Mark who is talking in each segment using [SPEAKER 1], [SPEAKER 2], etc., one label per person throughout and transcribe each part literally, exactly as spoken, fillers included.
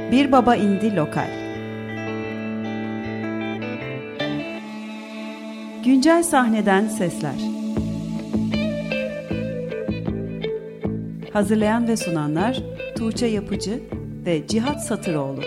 [SPEAKER 1] Bir Baba indi lokal. Güncel sahneden sesler. Hazırlayan ve sunanlar Tuğçe Yapıcı ve Cihat Satıroğlu.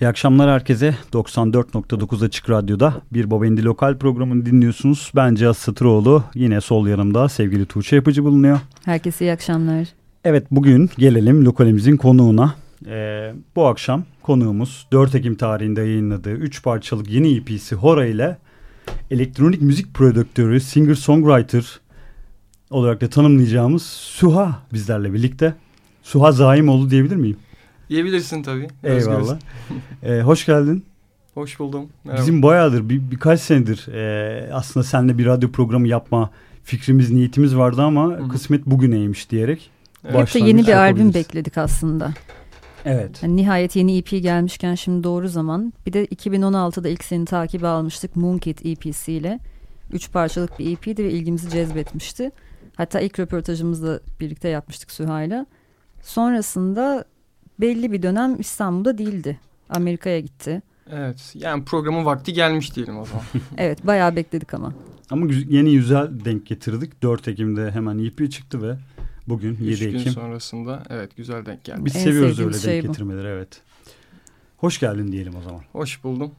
[SPEAKER 2] İyi akşamlar herkese. doksan dört nokta dokuz Açık Radyo'da bir Baba Indi Lokal programını dinliyorsunuz. Ben Cihat Satıroğlu. Yine sol yanımda sevgili Tuğçe Yapıcı bulunuyor.
[SPEAKER 1] Herkese iyi akşamlar.
[SPEAKER 2] Evet, bugün gelelim lokalimizin konuğuna. Ee, bu akşam konuğumuz dört Ekim tarihinde yayınladığı üç parçalık yeni E P'si Hora ile elektronik müzik prodüktörü, singer-songwriter olarak da tanımlayacağımız Suha bizlerle birlikte. Suha Zaimoğlu diyebilir miyim?
[SPEAKER 3] Diyebilirsin tabii.
[SPEAKER 2] Eyvallah. ee, hoş geldin.
[SPEAKER 3] Hoş buldum. Merhaba.
[SPEAKER 2] Bizim bayağıdır bir, birkaç senedir e, aslında seninle bir radyo programı yapma fikrimiz, niyetimiz vardı ama Hı-hı. kısmet bugüneymiş diyerek.
[SPEAKER 1] Evet. Hep de yeni bir albüm bekledik aslında.
[SPEAKER 2] Evet.
[SPEAKER 1] Yani nihayet yeni E P gelmişken şimdi doğru zaman. Bir de iki bin on altıda ilk seni takibe almıştık Moonkid E P'siyle. Üç parçalık bir E P'di ve ilgimizi cezbetmişti. Hatta ilk röportajımızı da birlikte yapmıştık Süha'yla. Sonrasında belli bir dönem İstanbul'da değildi. Amerika'ya gitti.
[SPEAKER 3] Evet, yani programın vakti gelmiş diyelim o zaman.
[SPEAKER 1] Evet, bayağı bekledik ama.
[SPEAKER 2] Ama yeni güzel denk getirdik. dört Ekim'de hemen E P çıktı ve bugün yedi Ekim.
[SPEAKER 3] üç gün sonrasında evet güzel denk geldi.
[SPEAKER 2] Biz en seviyoruz öyle şey denk getirmeleri, evet. Hoş geldin diyelim o zaman.
[SPEAKER 3] Hoş buldum.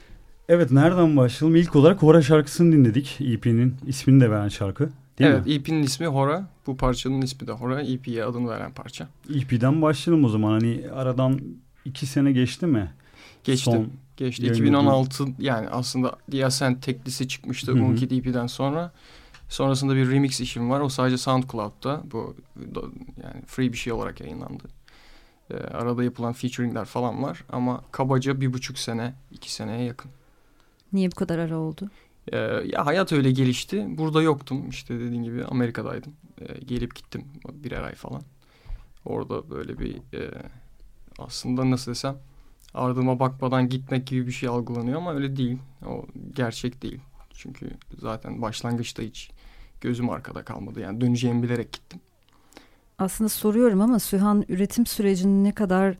[SPEAKER 2] Evet, nereden başlayalım? İlk olarak Hora şarkısını dinledik. E P'nin ismini de veren şarkı. Değil
[SPEAKER 3] evet,
[SPEAKER 2] mi?
[SPEAKER 3] E P'nin ismi Hora. Bu parçanın ismi de Hora. E P'ye adını veren parça.
[SPEAKER 2] E P'den başlayalım o zaman. Hani aradan iki sene geçti mi?
[SPEAKER 3] Geçti. Son geçti. iki bin on altı yani aslında The Ascent teklisi çıkmıştı Moonkid E P'den sonra. Sonrasında bir remix işim var. O sadece SoundCloud'da. Bu yani free bir şey olarak yayınlandı. Ee, arada yapılan featuringler falan var. Ama kabaca bir buçuk sene, iki seneye yakın.
[SPEAKER 1] Niye bu kadar ara oldu?
[SPEAKER 3] Ee, ya hayat öyle gelişti. Burada yoktum. İşte dediğin gibi Amerika'daydım. Ee, gelip gittim birer ay falan. Orada böyle bir e, aslında nasıl desem ardıma bakmadan gitmek gibi bir şey algılanıyor ama öyle değil. O gerçek değil. Çünkü zaten başlangıçta hiç gözüm arkada kalmadı. Yani döneceğimi bilerek gittim.
[SPEAKER 1] Aslında soruyorum ama Sühan üretim sürecinin ne kadar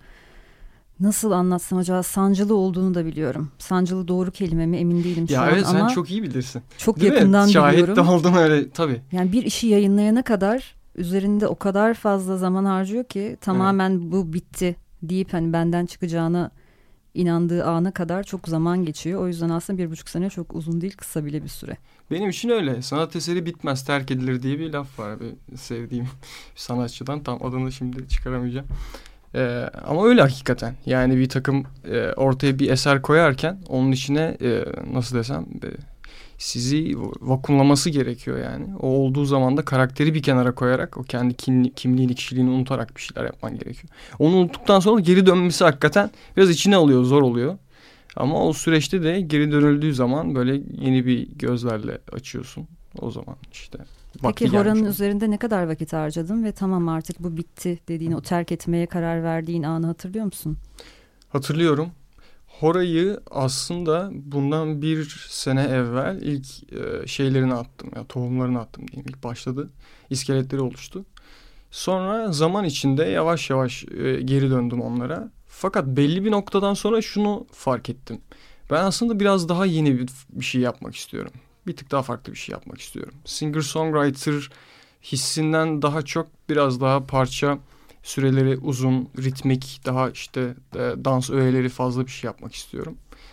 [SPEAKER 1] nasıl anlatsam acaba sancılı olduğunu da biliyorum. Sancılı doğru kelime mi emin değilim şu
[SPEAKER 3] ya
[SPEAKER 1] an
[SPEAKER 3] evet,
[SPEAKER 1] ama.
[SPEAKER 3] Ya evet sen çok iyi bilirsin.
[SPEAKER 1] Çok
[SPEAKER 3] Değil
[SPEAKER 1] yakından
[SPEAKER 3] mi?
[SPEAKER 1] biliyorum.
[SPEAKER 3] Şahit de oldum öyle tabii.
[SPEAKER 1] Yani bir işi yayınlayana kadar üzerinde o kadar fazla zaman harcıyor ki tamamen evet. Bu bitti deyip hani benden çıkacağına inandığı ana kadar çok zaman geçiyor. O yüzden aslında bir buçuk sene çok uzun değil, kısa bile bir süre.
[SPEAKER 3] Benim için öyle. Sanat eseri bitmez, terk edilir diye bir laf var. Bir sevdiğim bir sanatçıdan. Tam adını şimdi çıkaramayacağım. Ee, ama öyle hakikaten. Yani bir takım e, ortaya bir eser koyarken onun içine e, nasıl desem e, sizi vakumlaması gerekiyor yani. O olduğu zaman da karakteri bir kenara koyarak o kendi kimli, kimliğini, kişiliğini unutarak bir şeyler yapman gerekiyor. Onu unuttuktan sonra geri dönmesi hakikaten biraz içine alıyor, zor oluyor. Ama o süreçte de geri dönüldüğü zaman böyle yeni bir gözlerle açıyorsun. O zaman işte.
[SPEAKER 1] Peki Hora'nın üzerinde ne kadar vakit harcadın ve tamam artık bu bitti dediğin, o terk etmeye karar verdiğin anı hatırlıyor musun?
[SPEAKER 3] Hatırlıyorum. Hora'yı aslında bundan bir sene evvel ilk e, şeylerini attım. Ya, tohumlarını attım diyeyim. İlk başladı. İskeletleri oluştu. Sonra zaman içinde yavaş yavaş e, geri döndüm onlara. Fakat belli bir noktadan sonra şunu fark ettim. Ben aslında biraz daha yeni bir, bir şey yapmak istiyorum. Bir tık daha farklı bir şey yapmak istiyorum. Singer-songwriter hissinden daha çok biraz daha parça süreleri uzun, ritmik, daha işte e, dans öğeleri fazla bir şey yapmak istiyorum.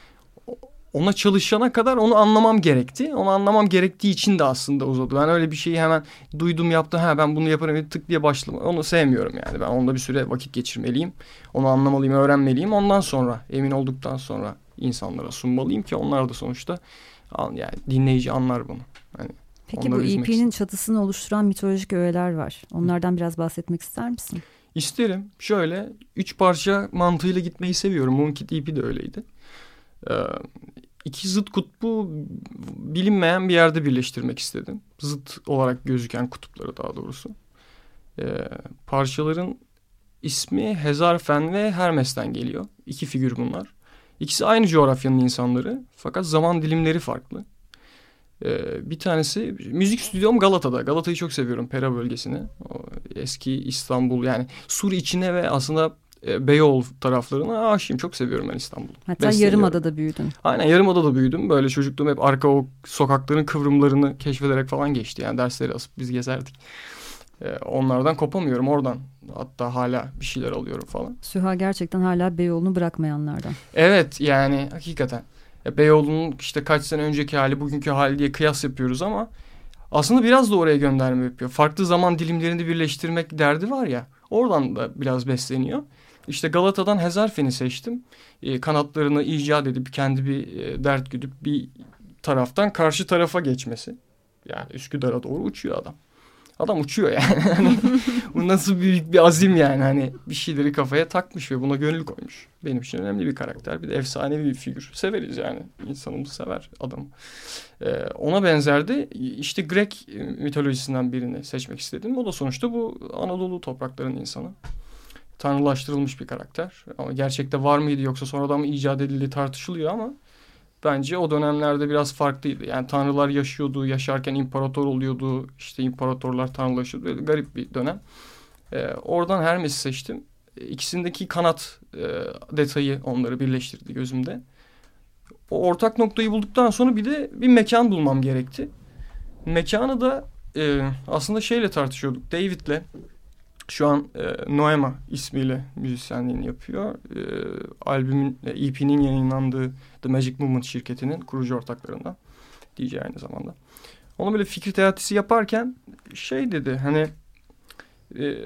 [SPEAKER 3] Ona çalışana kadar onu anlamam gerekti. Onu anlamam gerektiği için de aslında uzadı. Ben öyle bir şeyi hemen duydum, yaptım. Ha ben bunu yaparım, tık diye başladım. Onu sevmiyorum yani. Ben onunla bir süre vakit geçirmeliyim. Onu anlamalıyım, öğrenmeliyim. Ondan sonra, emin olduktan sonra insanlara sunmalıyım ki onlar da sonuçta yani dinleyici anlar bunu. Yani
[SPEAKER 1] peki bu E P'nin çatısını oluşturan mitolojik öğeler var. Onlardan biraz bahsetmek ister misin?
[SPEAKER 3] İsterim. Şöyle üç parça mantığıyla gitmeyi seviyorum. Moonkid E P de öyleydi. Ee, iki zıt kutbu bilinmeyen bir yerde birleştirmek istedim. Zıt olarak gözüken kutupları daha doğrusu. Ee, parçaların ismi Hezarfen ve Hermes'ten geliyor. İki figür bunlar. İkisi aynı coğrafyanın insanları fakat zaman dilimleri farklı. Ee, bir tanesi müzik stüdyom Galata'da. Galata'yı çok seviyorum, Pera bölgesini. O eski İstanbul yani Sur içine ve aslında e, Beyoğlu taraflarına aşığım. Çok seviyorum ben İstanbul'u.
[SPEAKER 1] Hatta Yarımada'da büyüdün.
[SPEAKER 3] Aynen, Yarımada'da büyüdüm. Böyle çocukluğum hep arka o sokakların kıvrımlarını keşfederek falan geçti. Yani dersleri asıp biz gezerdik. E, onlardan kopamıyorum oradan. Hatta hala bir şeyler alıyorum falan.
[SPEAKER 1] Süha gerçekten hala Beyoğlu'nu bırakmayanlardan.
[SPEAKER 3] Evet yani hakikaten. Ya Beyoğlu'nun işte kaç sene önceki hali bugünkü hali diye kıyas yapıyoruz ama aslında biraz da oraya gönderme yapıyor. Farklı zaman dilimlerini birleştirmek derdi var ya, oradan da biraz besleniyor. İşte Galata'dan Hezarfen'i seçtim. E, kanatlarını icat edip kendi bir e, dert güdüp bir taraftan karşı tarafa geçmesi. Yani Üsküdar'a doğru uçuyor adam. Adam uçuyor yani. Bu nasıl büyük bir azim yani. Hani bir şeyleri kafaya takmış ve buna gönül koymuş. Benim için önemli bir karakter. Bir de efsanevi bir figür. Severiz yani. İnsanımız sever adamı. Ee, ona benzerdi. İşte Grek mitolojisinden birini seçmek istedim. O da sonuçta bu Anadolu topraklarının insanı. Tanrılaştırılmış bir karakter. Ama gerçekte var mıydı yoksa sonradan mı icat edildiği tartışılıyor ama bence o dönemlerde biraz farklıydı. Yani tanrılar yaşıyordu, yaşarken imparator oluyordu. İşte imparatorlar tanrılaşıyordu. Böyle garip bir dönem. Ee, oradan Hermes'i seçtim. İkisindeki kanat e, detayı onları birleştirdi gözümde. O ortak noktayı bulduktan sonra bir de bir mekan bulmam gerekti. Mekanı da e, aslında şeyle tartışıyorduk. David'le. Şu an e, Noema ismiyle müzisyenliğini yapıyor. E, albümün, E P'nin yayınlandığı The Magic Movement şirketinin kurucu ortaklarından. D J aynı zamanda. Ona böyle fikir teatisi yaparken şey dedi hani e,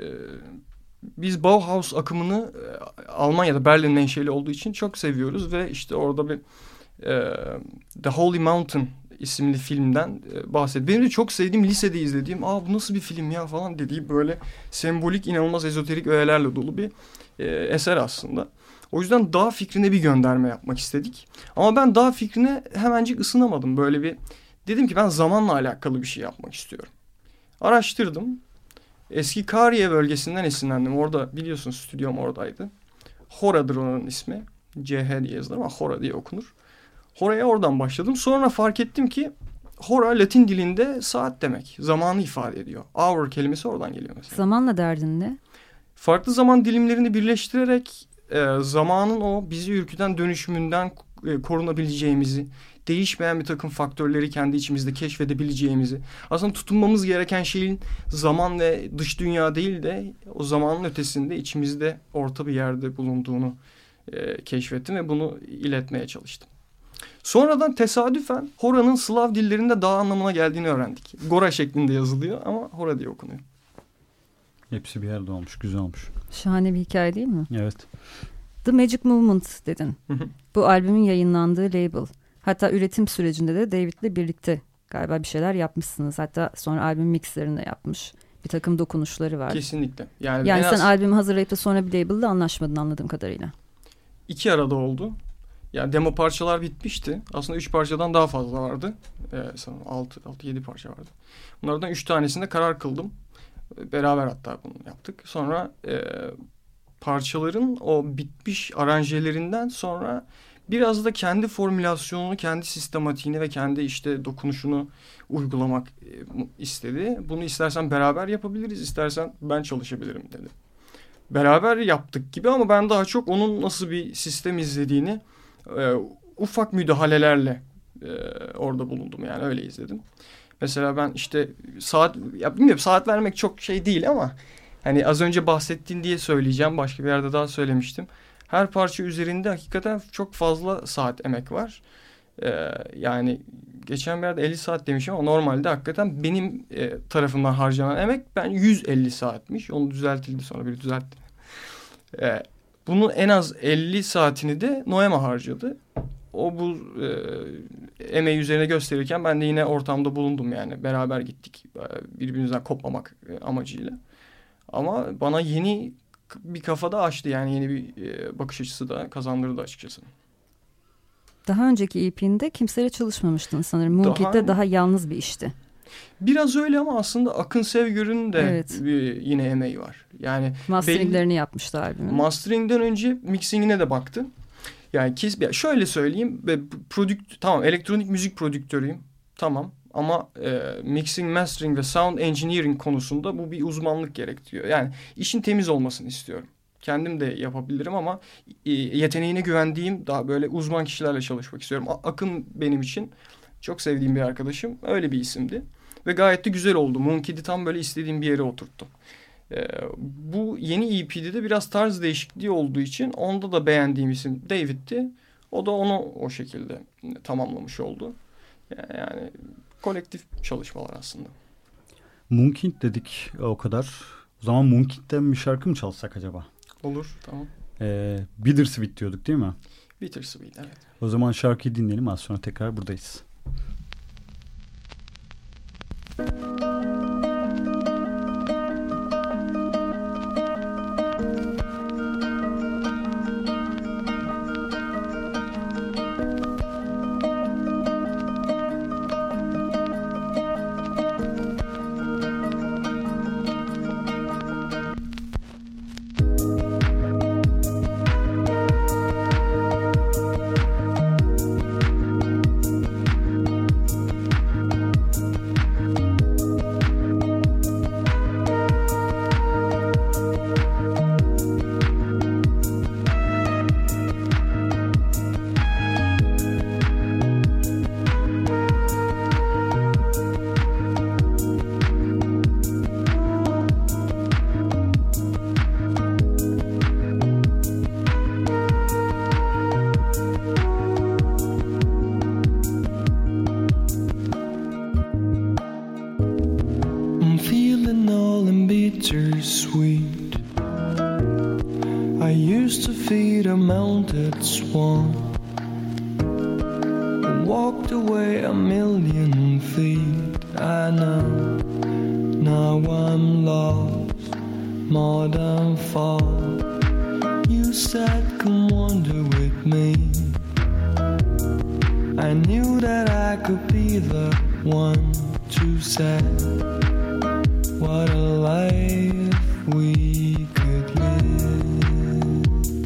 [SPEAKER 3] biz Bauhaus akımını e, Almanya'da Berlin menşeli olduğu için çok seviyoruz ve işte orada bir e, The Holy Mountain isimli filmden e, bahsediyor. Benim de çok sevdiğim, lisede izlediğim, aa bu nasıl bir film ya falan dediği böyle sembolik, inanılmaz ezoterik öğelerle dolu bir e, eser aslında. O yüzden dağ fikrine bir gönderme yapmak istedik. Ama ben dağ fikrine hemencik ısınamadım. Böyle bir dedim ki ben zamanla alakalı bir şey yapmak istiyorum. Araştırdım. Eski Kariye bölgesinden esinlendim. Orada biliyorsun stüdyom oradaydı. Hora'dır onun ismi. C H diye yazılır ama Hora diye okunur. Hora'ya oradan başladım. Sonra fark ettim ki Hora Latin dilinde saat demek. Zamanı ifade ediyor. Hour kelimesi oradan geliyor mesela.
[SPEAKER 1] Zamanla derdin ne?
[SPEAKER 3] Farklı zaman dilimlerini birleştirerek e, zamanın o bizi ürküten dönüşümünden e, korunabileceğimizi, değişmeyen bir takım faktörleri kendi içimizde keşfedebileceğimizi, aslında tutunmamız gereken şeyin zaman ve dış dünya değil de o zamanın ötesinde içimizde orta bir yerde bulunduğunu e, keşfettim ve bunu iletmeye çalıştım. Sonradan tesadüfen Hora'nın Slav dillerinde dağ anlamına geldiğini öğrendik. Gora şeklinde yazılıyor ama Hora diye okunuyor.
[SPEAKER 2] Hepsi bir yerde olmuş, güzel olmuş.
[SPEAKER 1] Şahane bir hikaye değil mi?
[SPEAKER 2] Evet.
[SPEAKER 1] The Magic Movement dedin. Bu albümün yayınlandığı label. Hatta üretim sürecinde de David'le birlikte galiba bir şeyler yapmışsınız. Hatta sonra albüm mixlerini de yapmış. Bir takım dokunuşları var.
[SPEAKER 3] Kesinlikle. Yani,
[SPEAKER 1] yani sen
[SPEAKER 3] az...
[SPEAKER 1] albümü hazırlayıp da sonra bir label'da anlaşmadın anladığım kadarıyla.
[SPEAKER 3] İki arada oldu. Yani demo parçalar bitmişti. Aslında üç parçadan daha fazla vardı. Ee, sanırım altı, altı, yedi parça vardı. Bunlardan üç tanesinde karar kıldım. Beraber hatta bunu yaptık. Sonra e, parçaların o bitmiş aranjelerinden sonra biraz da kendi formülasyonunu, kendi sistematiğini ve kendi işte dokunuşunu uygulamak e, istedi. Bunu istersen beraber yapabiliriz, istersen ben çalışabilirim dedi. Beraber yaptık gibi ama ben daha çok onun nasıl bir sistem izlediğini e, ufak müdahalelerle e, orada bulundum. Yani öyle izledim. Mesela ben işte saat, ya bilmiyorum saat vermek çok şey değil ama hani az önce bahsettiğin diye söyleyeceğim. Başka bir yerde daha söylemiştim. Her parça üzerinde hakikaten çok fazla saat emek var. Ee, yani geçen bir yerde elli saat demişim ama normalde hakikaten benim e, tarafından harcanan emek ben yüz elli saatmiş. Onu düzeltildi sonra biri düzeltti. Ee, bunun en az elli saatini de Noema harcadı. O bu e, emeği üzerine gösterirken ben de yine ortamda bulundum yani. Beraber gittik birbirimizden kopmamak amacıyla. Ama bana yeni bir kafa da açtı yani yeni bir e, bakış açısı da kazandırdı açıkçası.
[SPEAKER 1] Daha önceki E P'nde kimseyle çalışmamıştın sanırım. Moonkid'de daha, daha yalnız bir işti.
[SPEAKER 3] Biraz öyle ama aslında Akın Sevgör'ün de
[SPEAKER 1] evet.
[SPEAKER 3] bir, yine emeği var. Yani
[SPEAKER 1] masteringlerini belli, yapmıştı albümün.
[SPEAKER 3] Mastering'den önce mixingine de baktı. Yani kes, şöyle söyleyeyim, prodükt, tamam elektronik müzik prodüktörüyüm, tamam ama e, mixing, mastering ve sound engineering konusunda bu bir uzmanlık gerektiriyor. Yani işin temiz olmasını istiyorum. Kendim de yapabilirim ama e, yeteneğine güvendiğim daha böyle uzman kişilerle çalışmak istiyorum. Akın benim için çok sevdiğim bir arkadaşım, öyle bir isimdi. Ve gayet de güzel oldu. Monkey'di tam böyle istediğim bir yere oturttu. Ee, bu yeni E P'de de biraz tarz değişikliği olduğu için onda da beğendiğim isim David'ti. O da onu o şekilde tamamlamış oldu. Yani kolektif çalışmalar aslında.
[SPEAKER 2] Moonkind dedik o kadar. O zaman Moonkind'den bir şarkı mı çalsak acaba?
[SPEAKER 3] Olur, tamam.
[SPEAKER 2] Ee, Bittersweet diyorduk değil mi?
[SPEAKER 3] Bittersweet, evet.
[SPEAKER 2] O zaman şarkıyı dinleyelim, az sonra tekrar buradayız.
[SPEAKER 4] Bittersweet. I used to feed a mounted swan, walked away a million feet. I know now I'm lost, more than far. You said come wander with me. I knew that I could be the one to say what a life we could live.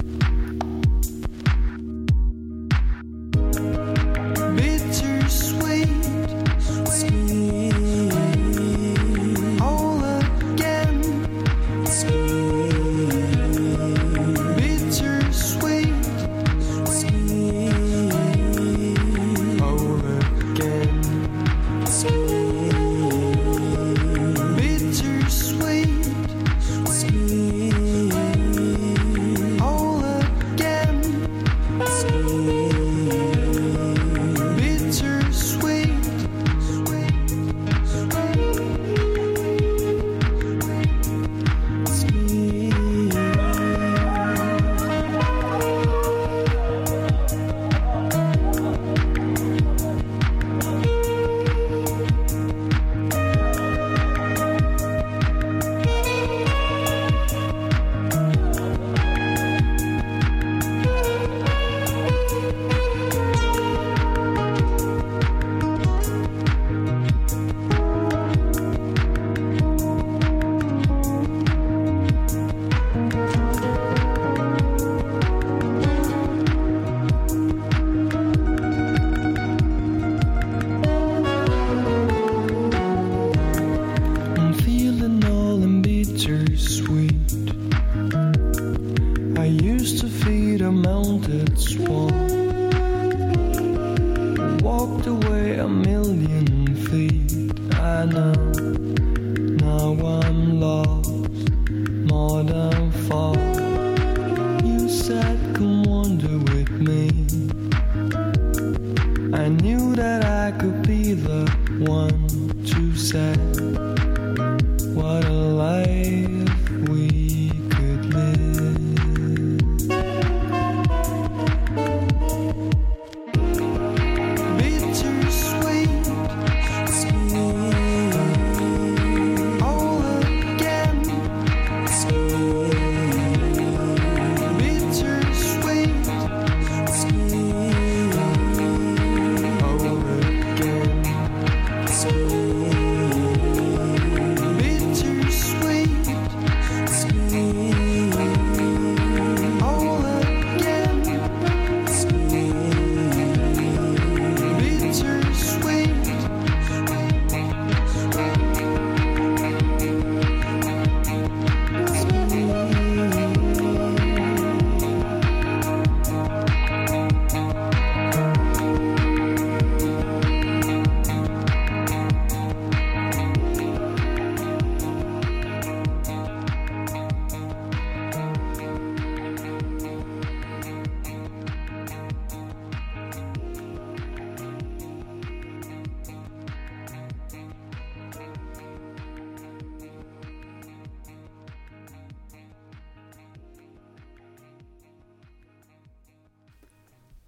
[SPEAKER 4] Bittersweet, sweet, all again. Sweet, bittersweet, sweet, all again. Sweet, bittersweet.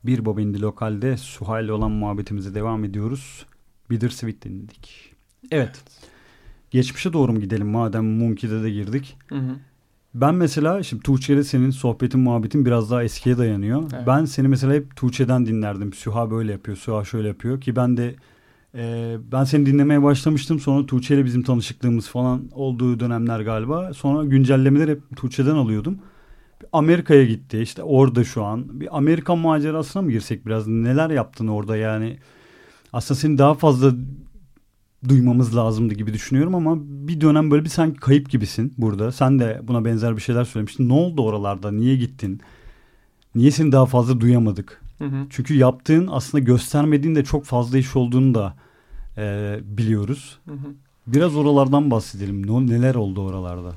[SPEAKER 2] Bir Baba İndi Lokal'de Suhail'le olan muhabbetimize devam ediyoruz. Bittersweet dinledik. Evet. evet. Geçmişe doğru mu gidelim madem Monkey'de de girdik. Hı hı. Ben mesela şimdi Tuğçe'yle senin sohbetin muhabbetin biraz daha eskiye dayanıyor. Evet. Ben seni mesela hep Tuğçe'den dinlerdim. Süha böyle yapıyor, Süha şöyle yapıyor ki ben de e, ben seni dinlemeye başlamıştım. Sonra Tuğçe'yle bizim tanışıklığımız falan olduğu dönemler galiba. Sonra güncellemeleri hep Tuğçe'den alıyordum. Amerika'ya gitti işte orada şu an. Bir Amerikan macerasına mı girsek biraz? Neler yaptın orada yani? Aslında seni daha fazla duymamız lazımdı gibi düşünüyorum ama bir dönem böyle bir sanki kayıp gibisin burada. Sen de buna benzer bir şeyler söylemiştin. Ne oldu oralarda? Niye gittin? Niye seni daha fazla duyamadık? Hı hı. Çünkü yaptığın aslında göstermediğin de çok fazla iş olduğunu da e, biliyoruz. Hı hı. Biraz oralardan bahsedelim. Ne, neler oldu oralarda?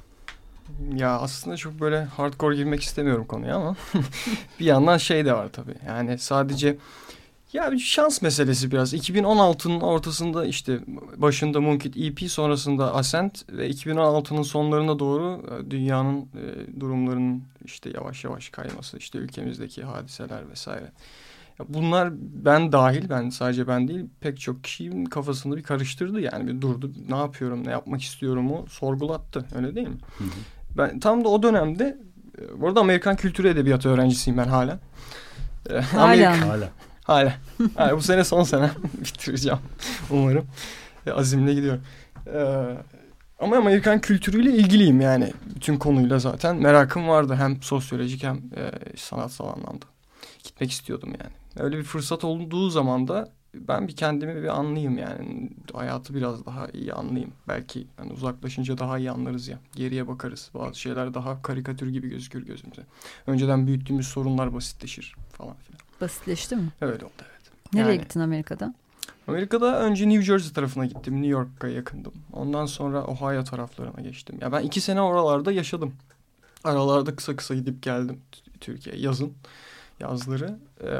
[SPEAKER 3] Ya aslında çok böyle hardcore girmek istemiyorum konuya ama bir yandan şey de var tabii. Yani sadece ya bir şans meselesi biraz. iki bin on altının ortasında işte başında Moonkid E P sonrasında Ascent ve iki bin on altının sonlarına doğru dünyanın e, durumlarının işte yavaş yavaş kayması, işte ülkemizdeki hadiseler vesaire. Ya bunlar ben dahil, ben sadece ben değil pek çok kişinin kafasını bir karıştırdı yani bir durdu. Ne yapıyorum, ne yapmak istiyorumu sorgulattı. Öyle değil mi? Hı hı. Ben tam da o dönemde bu arada Amerikan kültürü edebiyatı öğrencisiyim ben hala.
[SPEAKER 1] Hala. Amerika,
[SPEAKER 3] hala. Hala. Yani bu sene son sene bitireceğim umarım. E, azimle gidiyorum. Ee, ama Amerikan kültürüyle ilgiliyim yani. Bütün konuyla zaten merakım vardı. Hem sosyolojik hem e, sanatsal anlamda. Gitmek istiyordum yani. Öyle bir fırsat olduğu zaman da ben bir kendimi bir anlayayım yani. Hayatı biraz daha iyi anlayayım. Belki hani uzaklaşınca daha iyi anlarız ya. Geriye bakarız. Bazı şeyler daha karikatür gibi gözükür gözümüze. Önceden büyüttüğümüz sorunlar basitleşir falan filan.
[SPEAKER 1] Basitleşti mi?
[SPEAKER 3] Öyle oldu evet.
[SPEAKER 1] Nereye
[SPEAKER 3] yani,
[SPEAKER 1] gittin Amerika'da?
[SPEAKER 3] Amerika'da önce New Jersey tarafına gittim. New York'a yakındım. Ondan sonra Ohio taraflarına geçtim. Ya ben iki sene oralarda yaşadım. Aralarda kısa kısa gidip geldim Türkiye'ye yazın. Yazları. Ee,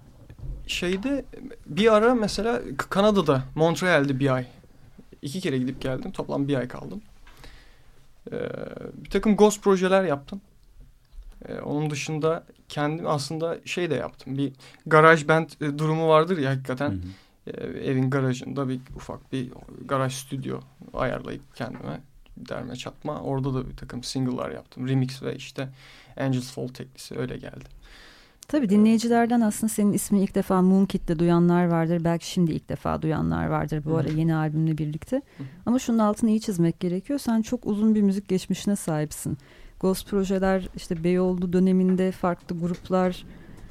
[SPEAKER 3] şeyde bir ara mesela Kanada'da Montreal'de bir ay. İki kere gidip geldim. Toplam bir ay kaldım. Ee, bir takım ghost projeler yaptım. Ee, onun dışında kendim aslında şey de yaptım. Bir garaj band e, durumu vardır ya hakikaten. Hı hı. E, evin garajında bir ufak bir garaj stüdyo ayarlayıp kendime derme çatma. Orada da bir takım single'lar yaptım. Remix ve işte Angels Fall teklisi öyle geldi.
[SPEAKER 1] Tabii dinleyicilerden aslında senin ismini ilk defa Moonkid'de duyanlar vardır. Belki şimdi ilk defa duyanlar vardır bu ara yeni albümle birlikte. Hı. Ama şunun altını iyi çizmek gerekiyor. Sen çok uzun bir müzik geçmişine sahipsin. Ghost projeler, işte Beyoğlu döneminde farklı gruplar.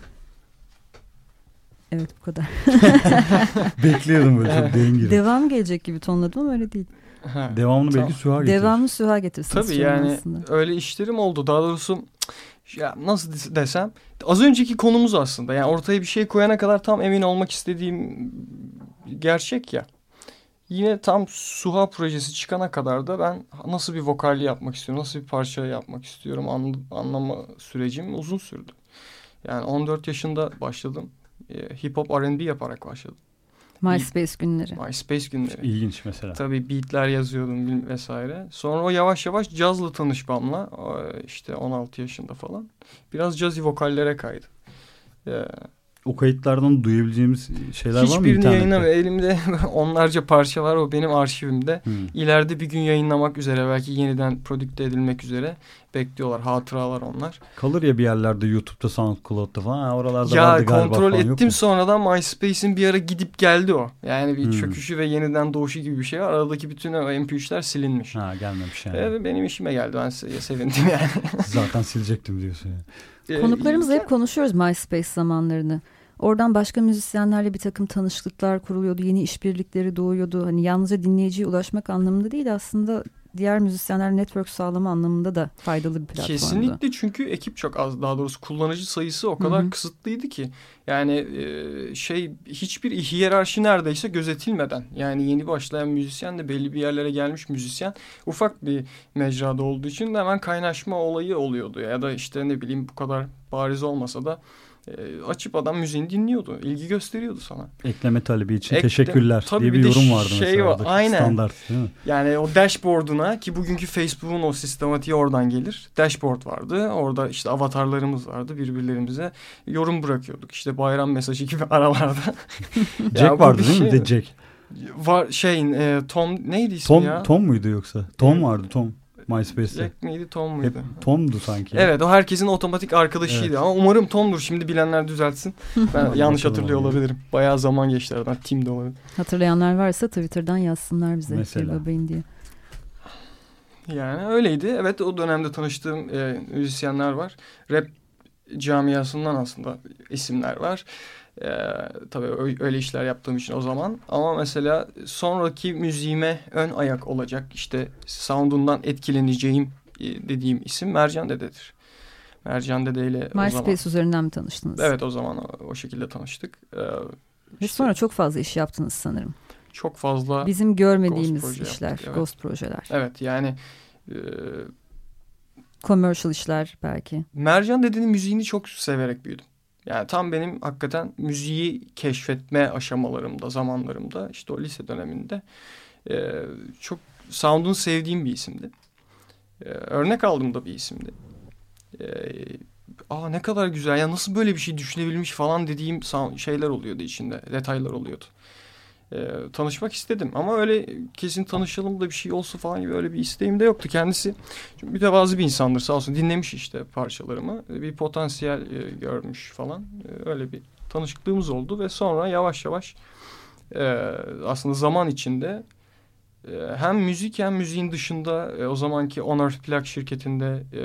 [SPEAKER 1] Evet bu kadar.
[SPEAKER 2] Bekliyordum böyle çok derin girip.
[SPEAKER 1] Devam gelecek gibi tonladım ama öyle değil.
[SPEAKER 2] Ha, Devamını belki Süha getirir.
[SPEAKER 1] Devamını Süha getirsin.
[SPEAKER 3] Tabii yani aslında. Öyle işlerim oldu. Daha doğrusu ya nasıl desem az önceki konumuz aslında. Yani ortaya bir şey koyana kadar tam emin olmak istediğim gerçek ya. Yine tam Süha projesi çıkana kadar da ben nasıl bir vokal yapmak istiyorum, nasıl bir parça yapmak istiyorum an, anlama sürecim uzun sürdü. Yani on dört yaşında başladım. E, hip hop R and B yaparak başladım.
[SPEAKER 1] MySpace günleri.
[SPEAKER 3] MySpace günleri.
[SPEAKER 2] İlginç mesela.
[SPEAKER 3] Tabii beatler yazıyordum vesaire. Sonra o yavaş yavaş cazla tanışmamla işte on altı yaşında falan biraz cazzy vokallere kaydı. Ee,
[SPEAKER 2] O kayıtlardan duyabileceğimiz şeyler var mı
[SPEAKER 3] Hiçbirini
[SPEAKER 2] internette?
[SPEAKER 3] yayınlamıyorum. Elimde onlarca parça var. O benim arşivimde. Hmm. İleride bir gün yayınlamak üzere, belki yeniden prodükte edilmek üzere bekliyorlar. Hatıralar onlar.
[SPEAKER 2] Kalır ya bir yerlerde YouTube'da, SoundCloud'da falan. Ha, oralarda
[SPEAKER 3] ya
[SPEAKER 2] vardı galiba
[SPEAKER 3] kontrol
[SPEAKER 2] falan,
[SPEAKER 3] ettim sonradan MySpace'in bir ara gidip geldi o. Yani bir hmm. çöküşü ve yeniden doğuşu gibi bir şey var. Aradaki bütün M P üçler silinmiş.
[SPEAKER 2] Ha, gelmemiş yani.
[SPEAKER 3] Evet, benim işime geldi. Ben sevindim yani.
[SPEAKER 2] Zaten silecektim diyorsun yani.
[SPEAKER 1] Konuklarımızla hep konuşuyoruz MySpace zamanlarını. Oradan başka müzisyenlerle bir takım tanışıklıklar kuruluyordu. Yeni işbirlikleri doğuyordu. Hani yalnızca dinleyiciye ulaşmak anlamında değil, aslında diğer müzisyenler network sağlama anlamında da faydalı bir platformdu.
[SPEAKER 3] Kesinlikle, çünkü ekip çok az, daha doğrusu kullanıcı sayısı o kadar Hı-hı. kısıtlıydı ki. Yani e, şey hiçbir hiyerarşi neredeyse gözetilmeden, yani yeni başlayan müzisyen de belli bir yerlere gelmiş müzisyen ufak bir mecrada olduğu için de hemen kaynaşma olayı oluyordu. Ya da işte ne bileyim bu kadar bariz olmasa da E, açıp adam müziğini dinliyordu. İlgi gösteriyordu sana.
[SPEAKER 2] Ekleme talebi için
[SPEAKER 3] Ekle,
[SPEAKER 2] teşekkürler diye bir, bir yorum vardı
[SPEAKER 3] şey
[SPEAKER 2] mesela.
[SPEAKER 3] Var, aynen.
[SPEAKER 2] Standart değil mi?
[SPEAKER 3] Yani o dashboard'una, ki bugünkü Facebook'un o sistematiği oradan gelir. Dashboard vardı. Orada işte avatarlarımız vardı. Birbirlerimize yorum bırakıyorduk. İşte bayram mesajı gibi aralarda.
[SPEAKER 2] Jack vardı değil
[SPEAKER 3] şey,
[SPEAKER 2] mi? Bir de Jack.
[SPEAKER 3] Var şeyin e, Tom neydi ismi
[SPEAKER 2] Tom,
[SPEAKER 3] ya?
[SPEAKER 2] Tom muydu yoksa? Tom vardı Tom. MySpace'te.
[SPEAKER 3] Jack miydi, Tom muydu?
[SPEAKER 2] Hep Tom'du sanki.
[SPEAKER 3] Evet, o herkesin otomatik arkadaşıydı.
[SPEAKER 2] Evet.
[SPEAKER 3] Ama umarım Tom'dur. Şimdi bilenler düzeltsin. Ben yanlış hatırlıyor olabilirim. Bayağı zaman geçti aradan. Tim de olabilir.
[SPEAKER 1] Hatırlayanlar varsa Twitter'dan yazsınlar bize.
[SPEAKER 2] Mesela.
[SPEAKER 1] Bebeğin diye.
[SPEAKER 3] Yani öyleydi. Evet, o dönemde tanıştığım e, müzisyenler var. Rap camiasından aslında isimler var. Ee, tabii öyle işler yaptığım için o zaman. Ama mesela sonraki müziğime ön ayak olacak, işte sound'undan etkileneceğim dediğim isim Mercan Dede'dir. Mercan Dede ile o zaman...
[SPEAKER 1] MySpace üzerinden mi tanıştınız?
[SPEAKER 3] Evet, o zaman o, o şekilde tanıştık. Ee,
[SPEAKER 1] Ve
[SPEAKER 3] işte
[SPEAKER 1] sonra çok fazla iş yaptınız sanırım.
[SPEAKER 3] Çok fazla...
[SPEAKER 1] Bizim görmediğimiz
[SPEAKER 3] ghost
[SPEAKER 1] işler,
[SPEAKER 3] yaptık, evet.
[SPEAKER 1] ghost projeler.
[SPEAKER 3] Evet, yani... E,
[SPEAKER 1] commercial işler belki.
[SPEAKER 3] Mercan Dede'nin müziğini çok severek büyüdüm. Yani tam benim hakikaten müziği keşfetme aşamalarımda, zamanlarımda, işte o lise döneminde e, çok sound'unu sevdiğim bir isimdi. E, örnek aldığım da bir isimdi. E, Aa ne kadar güzel ya, nasıl böyle bir şey düşünebilmiş falan dediğim sound, şeyler oluyordu içinde, detaylar oluyordu. E, tanışmak istedim ama öyle kesin tanışalım da bir şey olsun falan gibi öyle bir isteğim de yoktu. Kendisi mütevazı bir insandır, sağ olsun, dinlemiş işte parçalarımı, bir potansiyel e, görmüş falan, e, öyle bir tanışıklığımız oldu ve sonra yavaş yavaş e, aslında zaman içinde e, hem müzik hem müziğin dışında e, o zamanki Honor plak şirketinde e,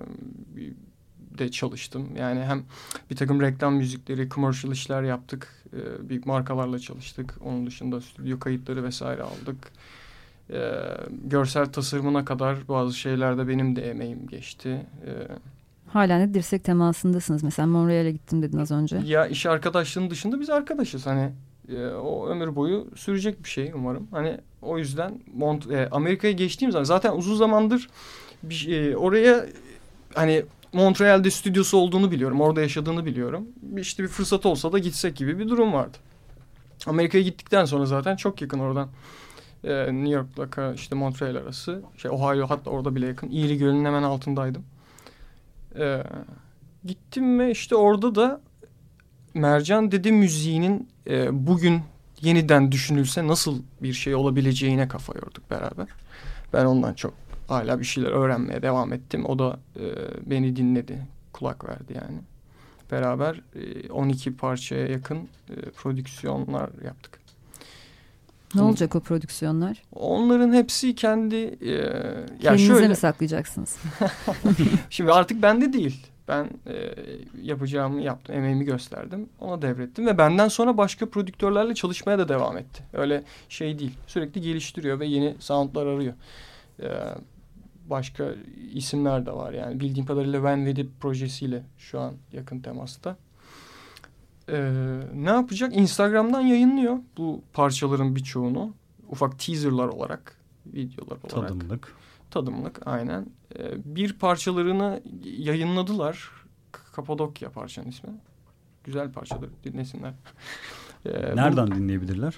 [SPEAKER 3] de çalıştım. Yani hem bir takım reklam müzikleri, commercial işler yaptık. Ee, büyük markalarla çalıştık. Onun dışında stüdyo kayıtları vesaire aldık. Ee, görsel tasarımına kadar bazı şeylerde benim de emeğim geçti. Ee,
[SPEAKER 1] Halen de dirsek temasındasınız. Mesela Montreal'e gittim dedin az önce.
[SPEAKER 3] Ya iş arkadaşlığının dışında biz arkadaşız. Hani e, o ömür boyu sürecek bir şey umarım. Hani o yüzden Mont e, Amerika'ya geçtiğim zaman zaten uzun zamandır bir, e, oraya hani Montreal'de stüdyosu olduğunu biliyorum. Orada yaşadığını biliyorum. İşte bir fırsat olsa da gitsek gibi bir durum vardı. Amerika'ya gittikten sonra zaten çok yakın oradan. Ee, New York'la işte Montreal arası. Şey, Ohio hatta orada bile yakın. Erie Gölü'nün hemen altındaydım. Ee, gittim ve işte orada da Mercan Dede müziğinin e, bugün yeniden düşünülse nasıl bir şey olabileceğine kafa yorduk beraber. Ben ondan çok hala bir şeyler öğrenmeye devam ettim. O da e, beni dinledi, kulak verdi yani. Beraber e, on iki parçaya yakın e, prodüksiyonlar yaptık.
[SPEAKER 1] Ne Onun, olacak o prodüksiyonlar?
[SPEAKER 3] Onların hepsi kendi... E, ya
[SPEAKER 1] Kendinize
[SPEAKER 3] şöyle,
[SPEAKER 1] mi saklayacaksınız?
[SPEAKER 3] Şimdi artık bende değil. Ben e, yapacağımı yaptım, emeğimi gösterdim. Ona devrettim ve benden sonra başka prodüktörlerle çalışmaya da devam etti. Öyle şey değil. Sürekli geliştiriyor ve yeni soundlar arıyor. E, başka isimler de var yani. Bildiğim kadarıyla Van Vedip projesiyle şu an yakın temasta. Ee, ne yapacak? Instagram'dan yayınlıyor bu parçaların birçoğunu. Ufak teaserlar olarak, videolar olarak.
[SPEAKER 2] Tadımlık.
[SPEAKER 3] Tadımlık, aynen. Ee, bir parçalarını yayınladılar. Kapadokya parçanın ismi. Güzel parçadır, dinlesinler. Ee,
[SPEAKER 2] Nereden bu, dinleyebilirler?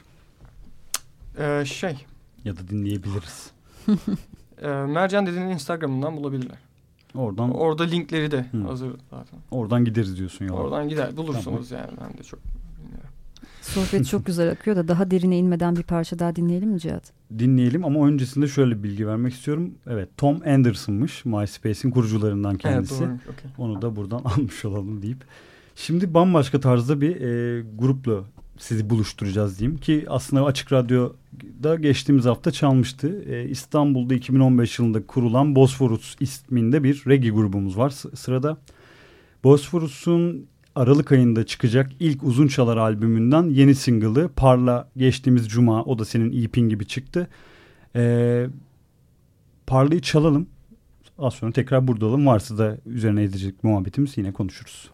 [SPEAKER 3] E, şey.
[SPEAKER 2] Ya da dinleyebiliriz.
[SPEAKER 3] e, Mercan Dede'nin Instagram'ından bulabilirler.
[SPEAKER 2] Oradan.
[SPEAKER 3] Orada linkleri de
[SPEAKER 2] Hı.
[SPEAKER 3] hazır zaten.
[SPEAKER 2] Oradan gideriz diyorsun ya.
[SPEAKER 3] Oradan gider bulursunuz tamam. Yani ben de çok bilmiyorum.
[SPEAKER 1] Sohbet çok güzel akıyor da daha derine inmeden bir parça daha dinleyelim mi Cihat?
[SPEAKER 2] Dinleyelim ama öncesinde şöyle bir bilgi vermek istiyorum. Evet, Tom Anderson'mış MySpace'in kurucularından kendisi. Evet, doğru. Okay. Onu da buradan almış olalım deyip. Şimdi bambaşka tarzda bir e, grupla sizi buluşturacağız diyeyim ki aslında Açık Radyo'da geçtiğimiz hafta çalmıştı. Ee, İstanbul'da iki bin on beş yılında kurulan Bosphorus isminde bir reggae grubumuz var S- sırada. Bosphorus'un Aralık ayında çıkacak ilk uzun çalar albümünden yeni single'ı Parla geçtiğimiz cuma, o da senin E P'in gibi çıktı. Ee, Parla'yı çalalım. Az sonra tekrar burada olalım. Varsa da üzerine edecek muhabbetimiz yine konuşuruz.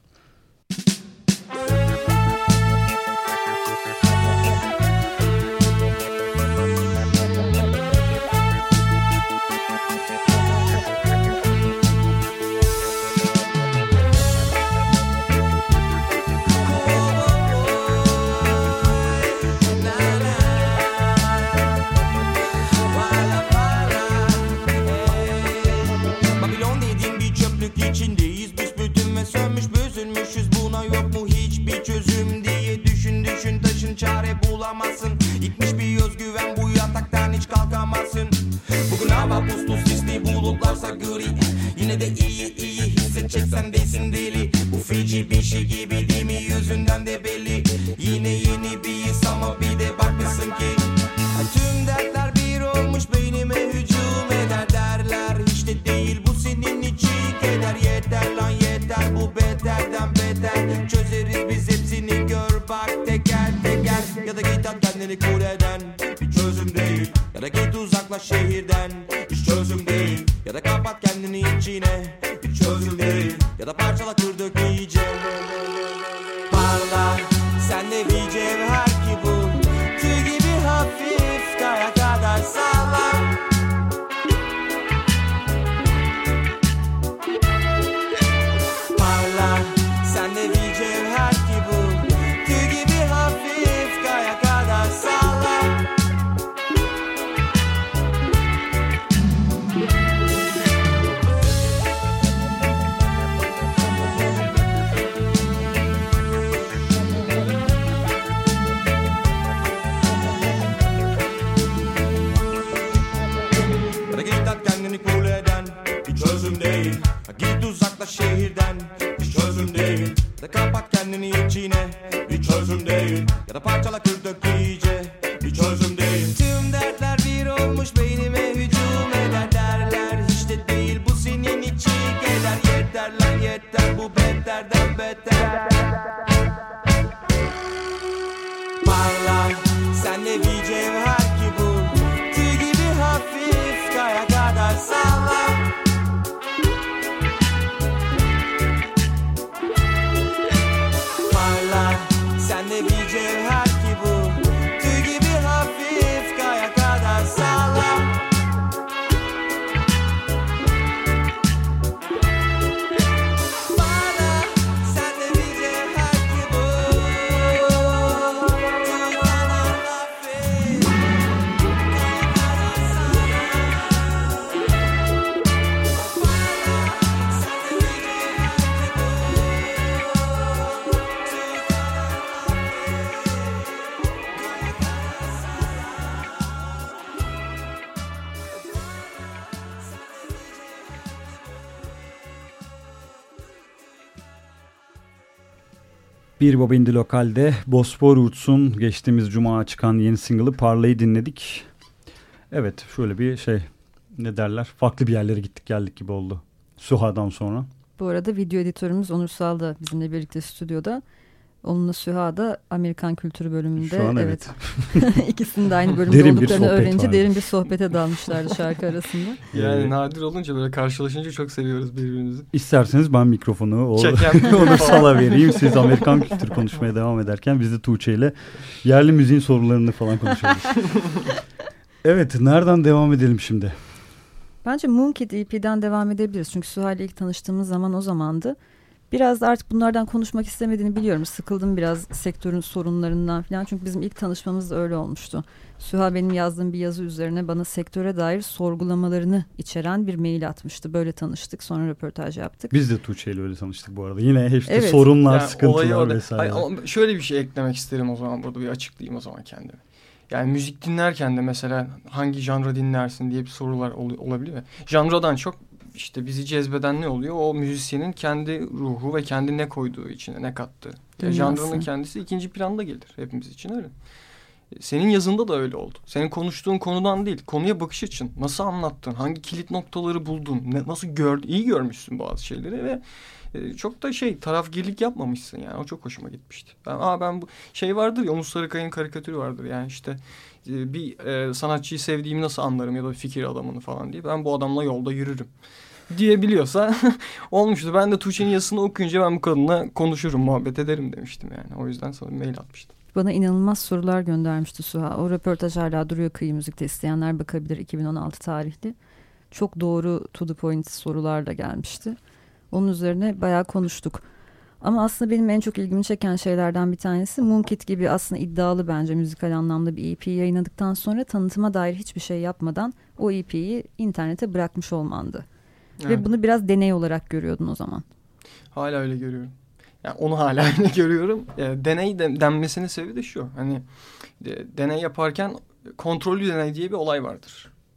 [SPEAKER 5] Hava puslu sisli bulutlarsa gri. Yine de iyi iyi hissedeceksen değilsin deli. Bu feci bir şey gibi değil mi yüzünden de belli. Yine yeni bir his ama bir de bakmışsın ki tüm dertler bir olmuş beynime hücum eder derler. Hiç de değil bu senin için keder. Yeter lan yeter bu beterden beter. Çözeriz biz hepsini gör bak teker teker. Ya da git at kendini kuleden, bir çözüm değil. Ya da git uzaklaş şehirden, hiç çözüm değil. Ya da kapat kendini içine, bir çözüm değil. Ya da parçala kır dök iyice. Parla sen de bir cevher ki bu. Tüy gibi hafif kaya kadar sağlam. Parla sen de bir cevher ki bu. Tüy gibi hafif kaya kadar sağlam. Ya da git at kendini kuleden, bir çözüm değil. Git uzaklaş şehirden, bir çözüm değil. Ya da kapat kendini içine, bir çözüm değil. Ya da parçala kır dök iyice, bir çözüm değil. Tüm dertler bir olmuş beynime hücum eder derler. Hiç de değil bu senin için keder. Yeter lan yeter bu beterden beter. Parla sen de bir cevher ki bu. Tüy gibi hafif kaya kadar sağlam. Parla sen de bir cevher ki bu. Tüy gibi hafif kaya kadar sağlam. Parla sen de bir cevher ki bu. Tüy kadar hafif kaya kadar sağlam. Parla sen de bir cevher ki bu. Tüy
[SPEAKER 2] Bir Baba Indi Lokal'de Bosfor Roots'un geçtiğimiz cuma çıkan yeni single'ı Parla'yı dinledik. Evet, şöyle bir şey, ne derler, farklı bir yerlere gittik geldik gibi oldu Süha'dan sonra.
[SPEAKER 1] Bu arada video editörümüz Onursal da bizimle birlikte stüdyoda. Onunla Süha da Amerikan kültürü bölümünde.
[SPEAKER 2] Şu an evet.
[SPEAKER 1] evet. İkisinin de aynı bölümde
[SPEAKER 2] Derin bir
[SPEAKER 1] olduklarını
[SPEAKER 2] sohbet
[SPEAKER 1] öğrenince
[SPEAKER 2] vardı.
[SPEAKER 1] derin bir sohbete dalmışlardı şarkı arasında.
[SPEAKER 3] Yani
[SPEAKER 2] Ee,
[SPEAKER 3] nadir olunca böyle karşılaşınca çok seviyoruz birbirimizi.
[SPEAKER 2] İsterseniz ben mikrofonu o,
[SPEAKER 3] Çeken
[SPEAKER 2] Onursal'a vereyim. Siz Amerikan kültürü konuşmaya devam ederken biz de Tuğçe ile yerli müziğin sorularını falan konuşuyoruz. Evet, nereden devam edelim şimdi?
[SPEAKER 1] Bence Moonkid E P'den devam edebiliriz. Çünkü Süha ile ilk tanıştığımız zaman o zamandı. Biraz da artık bunlardan konuşmak istemediğini biliyorum. Sıkıldım biraz sektörün sorunlarından falan. Çünkü bizim ilk tanışmamız da öyle olmuştu. Süha benim yazdığım bir yazı üzerine bana sektöre dair sorgulamalarını içeren bir mail atmıştı. Böyle tanıştık. Sonra röportaj yaptık.
[SPEAKER 2] Biz de Tuğçe ile öyle tanıştık bu arada. Yine işte
[SPEAKER 1] Evet.
[SPEAKER 2] sorunlar,
[SPEAKER 3] Yani
[SPEAKER 2] sıkıntılar
[SPEAKER 3] olayı orada-
[SPEAKER 2] vesaire.
[SPEAKER 3] Hayır, ama şöyle bir şey eklemek isterim o zaman, burada bir açıklayayım o zaman kendimi. Yani müzik dinlerken de mesela hangi janra dinlersin diye bir sorular ol- olabiliyor. Janradan çok işte bizi cezbeden ne oluyor? O müzisyenin kendi ruhu ve kendi ne koyduğu içine, ne kattığı. Yani janranın kendisi ikinci planda gelir hepimiz için, öyle. Senin yazında da öyle oldu. Senin konuştuğun konudan değil, konuya bakış açın. Nasıl anlattın? Hangi kilit noktaları buldun? Ne, nasıl gördün? İyi görmüşsün bazı şeyleri ve e, çok da şey tarafgirlik yapmamışsın yani. O çok hoşuma gitmişti. Ben, aa ben bu şey vardır ya, Umut Sarıkaya'nın karikatürü vardır yani işte e, bir e, sanatçıyı sevdiğimi nasıl anlarım ya da bir fikir adamını falan diye. Ben bu adamla yolda yürürüm diyebiliyorsa olmuştu. Ben de Tuğçe'nin yazısını okuyunca ben bu kadınla konuşurum, muhabbet ederim demiştim yani. O yüzden sana mail atmıştım.
[SPEAKER 1] Bana inanılmaz sorular göndermişti Süha. O röportaj hala duruyor Kıyı Müzik'te, isteyenler bakabilir, iki bin on altı tarihli. Çok doğru, to the point sorular da gelmişti. Onun üzerine bayağı konuştuk. Ama aslında benim en çok ilgimi çeken şeylerden bir tanesi Moonkid gibi aslında iddialı bence müzikal anlamda bir E P yayınladıktan sonra tanıtıma dair hiçbir şey yapmadan o E P'yi internete bırakmış olmandı.
[SPEAKER 3] Evet.
[SPEAKER 1] Ve bunu biraz deney olarak görüyordun o zaman.
[SPEAKER 3] Hala öyle görüyorum. Yani onu hala öyle görüyorum. E, deney de, denmesinin sebebi de şu. Hani de, deney yaparken kontrollü deney diye bir olay vardır.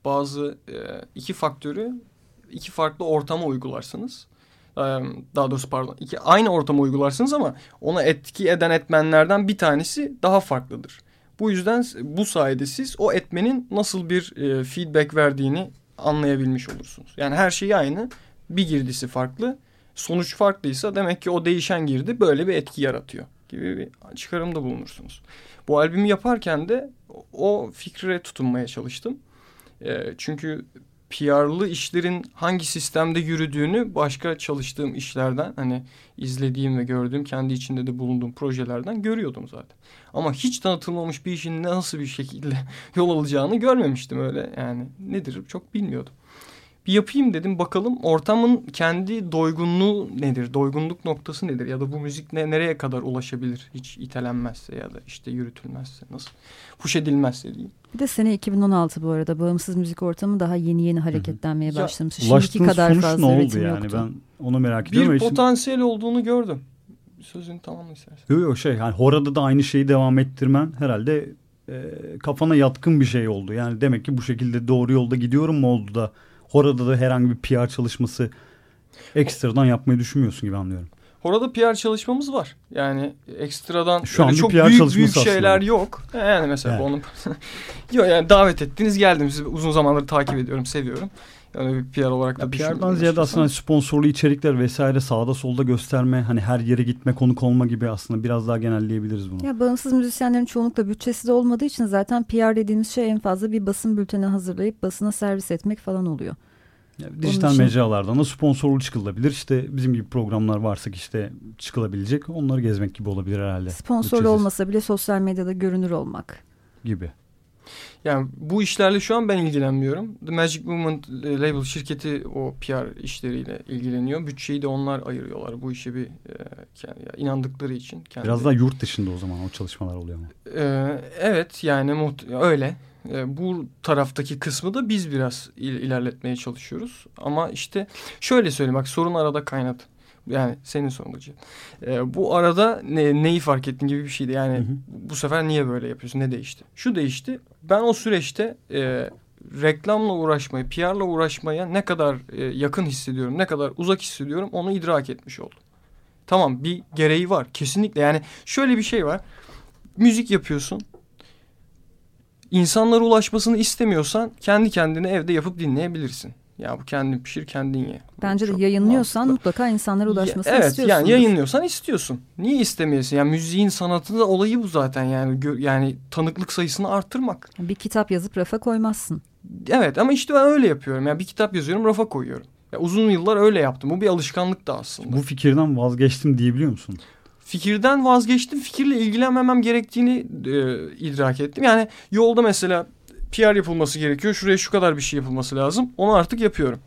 [SPEAKER 3] bazı e, iki faktörü iki farklı ortama uygularsınız. E, daha doğrusu pardon iki aynı ortama uygularsınız ama ona etki eden etmenlerden bir tanesi daha farklıdır. Bu yüzden bu sayede siz o etmenin nasıl bir e, feedback verdiğini anlayabilmiş olursunuz. Yani her şey aynı, bir girdisi farklı, sonuç farklıysa demek ki o değişen girdi böyle bir etki yaratıyor gibi bir çıkarımda bulunursunuz. Bu albümü yaparken de o fikre tutunmaya çalıştım. E, çünkü P R'lı işlerin hangi sistemde yürüdüğünü başka çalıştığım işlerden, hani izlediğim ve gördüğüm, kendi içinde de bulunduğum projelerden görüyordum zaten. Ama hiç tanıtılmamış bir işin nasıl bir şekilde yol alacağını görmemiştim öyle. Yani nedir çok bilmiyordum. Bir yapayım dedim, bakalım ortamın kendi doygunluğu nedir? Doygunluk noktası nedir? Ya da bu müzik ne, nereye kadar ulaşabilir? Hiç itelenmezse ya da işte yürütülmezse, nasıl push edilmezse diyeyim.
[SPEAKER 1] Bir de sene iki bin on altı bu arada. Bağımsız müzik ortamı daha yeni yeni hareketlenmeye
[SPEAKER 3] Hı hı.
[SPEAKER 1] başlamış. Şimdiki kadar
[SPEAKER 2] sonuç
[SPEAKER 1] fazla
[SPEAKER 2] ne oldu
[SPEAKER 1] üretim
[SPEAKER 2] yani?
[SPEAKER 1] yoktu.
[SPEAKER 2] Ben onu merak ediyorum.
[SPEAKER 3] Bir
[SPEAKER 2] Şimdi-
[SPEAKER 3] potansiyel olduğunu gördüm. Sözünü tamamla istersen.
[SPEAKER 2] Yok yok şey yani Hora'da da aynı şeyi devam ettirmen herhalde e, kafana yatkın bir şey oldu. Yani demek ki bu şekilde doğru yolda gidiyorum mu oldu da Hora'da da herhangi bir P R çalışması ekstradan yapmayı düşünmüyorsun gibi anlıyorum.
[SPEAKER 3] Orada P R çalışmamız var. Yani ekstradan
[SPEAKER 2] Şu an
[SPEAKER 3] öyle
[SPEAKER 2] bir
[SPEAKER 3] çok
[SPEAKER 2] P R
[SPEAKER 3] büyük
[SPEAKER 2] çalışması
[SPEAKER 3] büyük şeyler
[SPEAKER 2] aslında.
[SPEAKER 3] yok. Yani mesela
[SPEAKER 2] Yani.
[SPEAKER 3] onun yok yani davet ettiniz, geldim. Sizi uzun zamandır takip ediyorum, seviyorum. Yani bir P R olarak da
[SPEAKER 2] Ya P
[SPEAKER 3] düşünmüyorum.
[SPEAKER 2] R'dan ziyade aslında sponsorlu içerikler vesaire sağda solda gösterme, hani her yere gitme, konuk olma gibi aslında biraz daha genelleyebiliriz bunu.
[SPEAKER 1] Ya bağımsız müzisyenlerin çoğunlukla bütçesi de olmadığı için zaten P R dediğimiz şey en fazla bir basın bülteni hazırlayıp basına servis etmek falan oluyor.
[SPEAKER 2] Yani dijital
[SPEAKER 1] için-
[SPEAKER 2] mecralardan da sponsorlu çıkılabilir. İşte bizim gibi programlar varsa ki işte çıkılabilecek, onları gezmek gibi olabilir herhalde.
[SPEAKER 1] Sponsorlu
[SPEAKER 2] Bütçesiz
[SPEAKER 1] olmasa bile sosyal medyada görünür olmak.
[SPEAKER 2] gibi.
[SPEAKER 3] Yani bu işlerle şu an ben ilgilenmiyorum. The Magic Movement Label şirketi o P R işleriyle ilgileniyor. Bütçeyi de onlar ayırıyorlar. Bu işe bir e, kendi, ya inandıkları için. Kendi.
[SPEAKER 2] Biraz daha yurt dışında o zaman o çalışmalar oluyor mu?
[SPEAKER 3] Ee, evet yani muht- öyle. Ee, bu taraftaki kısmı da biz biraz il- ilerletmeye çalışıyoruz. Ama işte şöyle söyleyeyim, bak sorun arada kaynadı. Yani senin sorun da Cihan. Ee, bu arada ne, neyi fark ettin gibi bir şeydi. Yani
[SPEAKER 2] Hı hı.
[SPEAKER 3] bu sefer niye böyle yapıyorsun? Ne değişti? Şu değişti. Ben o süreçte e, reklamla uğraşmayı, P R'la uğraşmaya ne kadar e, yakın hissediyorum, ne kadar uzak hissediyorum onu idrak etmiş oldum. Tamam, bir gereği var. Kesinlikle. Yani şöyle bir şey var. Müzik yapıyorsun. İnsanlara ulaşmasını istemiyorsan kendi kendine evde yapıp dinleyebilirsin. Ya bu kendin pişir kendin ye.
[SPEAKER 1] Bence de
[SPEAKER 3] Çok
[SPEAKER 1] yayınlıyorsan
[SPEAKER 3] mantıklı.
[SPEAKER 1] mutlaka insanlara ulaşmasını
[SPEAKER 3] Ya, evet,
[SPEAKER 1] istiyorsun.
[SPEAKER 3] yani yayınlıyorsan istiyorsun. Niye istemiyorsun? Yani müziğin sanatında olayı bu zaten. Yani gö- yani tanıklık sayısını arttırmak.
[SPEAKER 1] Bir kitap yazıp rafa koymazsın.
[SPEAKER 3] Evet ama işte ben öyle yapıyorum. Yani bir kitap yazıyorum, rafa koyuyorum. Ya uzun yıllar öyle yaptım. Bu bir alışkanlık da aslında.
[SPEAKER 2] Bu fikirden vazgeçtim diyebiliyor musun?
[SPEAKER 3] Fikirden vazgeçtim. Fikirle ilgilenmemem gerektiğini e, idrak ettim. Yani yolda mesela P R yapılması gerekiyor. Şuraya şu kadar bir şey yapılması lazım. Onu artık yapıyorum.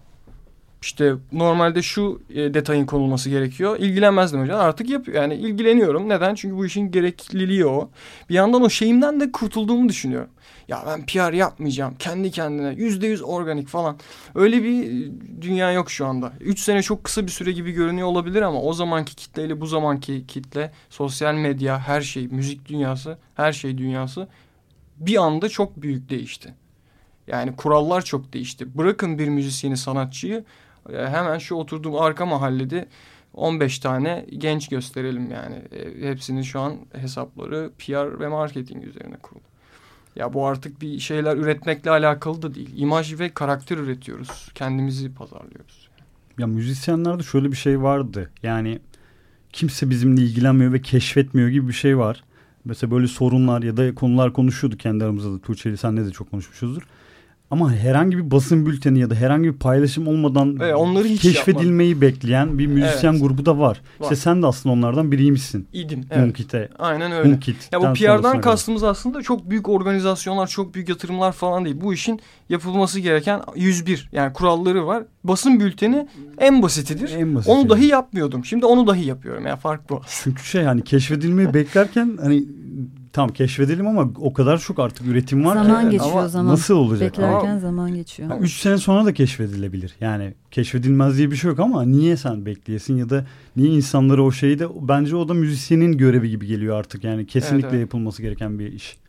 [SPEAKER 3] İşte normalde şu e, detayın konulması gerekiyor. İlgilenmezdim hocam. Artık yapıyor. Yani ilgileniyorum. Neden? Çünkü bu işin gerekliliği o. Bir yandan o şeyimden de kurtulduğumu düşünüyorum. Ya ben P R yapmayacağım. Kendi kendine yüzde yüz organik falan. Öyle bir dünya yok şu anda. Üç sene çok kısa bir süre gibi görünüyor olabilir ama o zamanki kitleyle bu zamanki kitle, sosyal medya, her şey, müzik dünyası, her şey dünyası bir anda çok büyük değişti. Yani kurallar çok değişti. Bırakın bir müzisyeni, sanatçıyı, hemen şu oturduğum arka mahallede on beş tane genç gösterelim yani. Hepsinin şu an hesapları P R ve marketing üzerine kurulu. Ya bu artık bir şeyler üretmekle alakalı da değil. İmaj ve karakter üretiyoruz. Kendimizi pazarlıyoruz.
[SPEAKER 2] Ya müzisyenlerde şöyle bir şey vardı. Yani kimse bizimle ilgilenmiyor ve keşfetmiyor gibi bir şey var. Mesela böyle sorunlar ya da konular konuşuyorduk kendi aramızda da. Tuğçe'yle senle de çok konuşmuşuzdur. Ama herhangi bir basın bülteni ya da herhangi bir paylaşım olmadan
[SPEAKER 3] Evet, onları hiç
[SPEAKER 2] keşfedilmeyi
[SPEAKER 3] yapmadım.
[SPEAKER 2] bekleyen bir müzisyen
[SPEAKER 3] Evet.
[SPEAKER 2] grubu da var.
[SPEAKER 3] Var.
[SPEAKER 2] İşte sen de aslında onlardan biriymişsin.
[SPEAKER 3] İdim. Evet.
[SPEAKER 2] Munkit'e.
[SPEAKER 3] Aynen öyle.
[SPEAKER 2] Munkit'ten
[SPEAKER 3] Ya bu P
[SPEAKER 2] sonrasına
[SPEAKER 3] R'dan
[SPEAKER 2] kadar.
[SPEAKER 3] kastımız aslında çok büyük organizasyonlar, çok büyük yatırımlar falan değil. Bu işin yapılması gereken yüz bir yani kuralları var. Basın bülteni en basitidir.
[SPEAKER 2] En basit
[SPEAKER 3] Onu
[SPEAKER 2] şey.
[SPEAKER 3] dahi yapmıyordum. Şimdi onu dahi yapıyorum. Yani fark bu.
[SPEAKER 2] Çünkü şey hani keşfedilmeyi beklerken hani tamam keşfedelim ama o kadar çok artık üretim var
[SPEAKER 1] Zaman
[SPEAKER 2] ki.
[SPEAKER 1] geçiyor
[SPEAKER 3] ama
[SPEAKER 1] zaman.
[SPEAKER 2] Nasıl olacak?
[SPEAKER 1] Beklerken
[SPEAKER 3] Ama-
[SPEAKER 1] zaman geçiyor.
[SPEAKER 2] Yani üç sene sonra da keşfedilebilir. Yani keşfedilmez diye bir şey yok ama niye sen bekleyesin ya da niye insanları o şeyi de bence o da müzisyenin görevi gibi geliyor artık. Yani kesinlikle
[SPEAKER 3] Evet, evet.
[SPEAKER 2] yapılması gereken bir iş.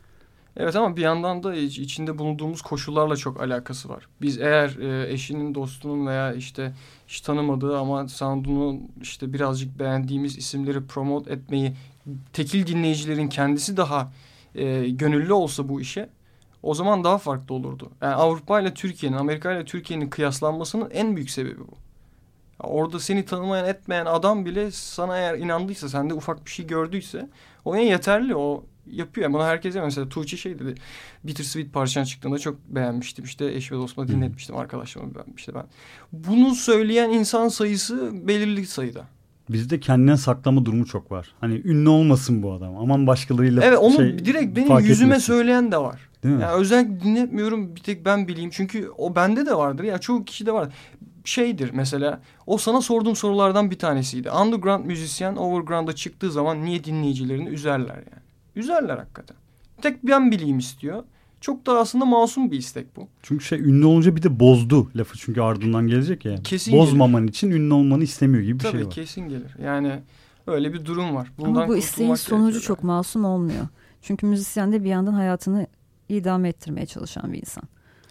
[SPEAKER 3] Evet ama bir yandan da içinde bulunduğumuz koşullarla çok alakası var. Biz eğer e, eşinin, dostunun veya işte hiç tanımadığı ama sound'unu işte birazcık beğendiğimiz isimleri promote etmeyi tekil dinleyicilerin kendisi daha e, gönüllü olsa bu işe, o zaman daha farklı olurdu. Yani Avrupa ile Türkiye'nin, Amerika ile Türkiye'nin kıyaslanmasının en büyük sebebi bu. Orada seni tanımayan etmeyen adam bile sana eğer inandıysa, sende ufak bir şey gördüyse o en yeterli, o yapıyor. Yani bunu herkese, mesela Tuğçe şey dedi, Bittersweet parçan çıktığında çok beğenmiştim. İşte eş ve dostuma dinletmiştim, arkadaşlarıma beğenmiştim ben. Bunu söyleyen insan sayısı belirli sayıda.
[SPEAKER 2] Bizde kendine saklama durumu çok var. Hani ünlü olmasın bu adam. Aman başkalarıyla
[SPEAKER 3] evet, onu
[SPEAKER 2] şey,
[SPEAKER 3] direkt benim yüzüme etmesin söyleyen de var.
[SPEAKER 2] Değil mi?
[SPEAKER 3] Yani özellikle dinletmiyorum, bir tek ben bileyim. Çünkü o bende de vardır. Ya çoğu kişide var. Şeydir mesela, o sana sorduğum sorulardan bir tanesiydi. Underground müzisyen overground'a çıktığı zaman niye dinleyicilerini üzerler yani? Üzerler hakikaten. Tek ben bileyim istiyor. Çok da aslında masum bir istek bu.
[SPEAKER 2] Çünkü şey, ünlü olunca bir de bozdu lafı. Çünkü ardından gelecek ya.
[SPEAKER 3] Kesin
[SPEAKER 2] bozmaman
[SPEAKER 3] gelir
[SPEAKER 2] için ünlü olmanı istemiyor gibi bir
[SPEAKER 3] Tabii,
[SPEAKER 2] şey var.
[SPEAKER 3] Tabii kesin gelir. Yani öyle bir durum var. Bundan
[SPEAKER 1] ama bu isteğin sonucu
[SPEAKER 3] yani
[SPEAKER 1] çok masum olmuyor. Çünkü müzisyen de bir yandan hayatını idame ettirmeye çalışan bir insan.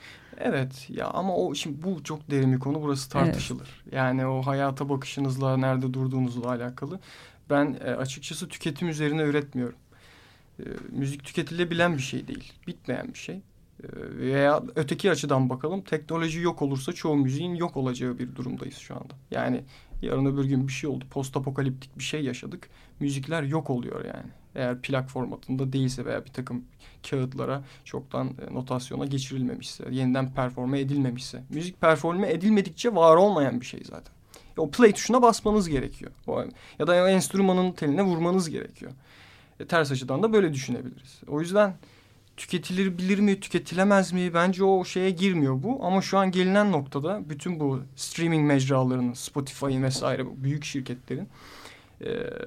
[SPEAKER 3] Evet ya, ama o şimdi bu çok derin bir konu, burası tartışılır. Evet. Yani o hayata bakışınızla, nerede durduğunuzla alakalı. Ben e, açıkçası tüketim üzerine üretmiyorum. E, müzik tüketilebilen bir şey değil, bitmeyen bir şey. E, veya öteki açıdan bakalım, teknoloji yok olursa çoğu müziğin yok olacağı bir durumdayız şu anda. Yani yarın öbür gün bir şey oldu, post apokaliptik bir şey yaşadık, müzikler yok oluyor yani. Eğer plak formatında değilse veya bir takım kağıtlara çoktan e, notasyona geçirilmemişse, yeniden performe edilmemişse. Müzik performe edilmedikçe var olmayan bir şey zaten. O play tuşuna basmanız gerekiyor. O, ya da o enstrümanın teline vurmanız gerekiyor. E, ters açıdan da böyle düşünebiliriz. O yüzden tüketilebilir mi, tüketilemez mi? Bence o şeye girmiyor bu. Ama şu an gelinen noktada bütün bu streaming mecralarının, Spotify'ın vesaire bu büyük şirketlerin e,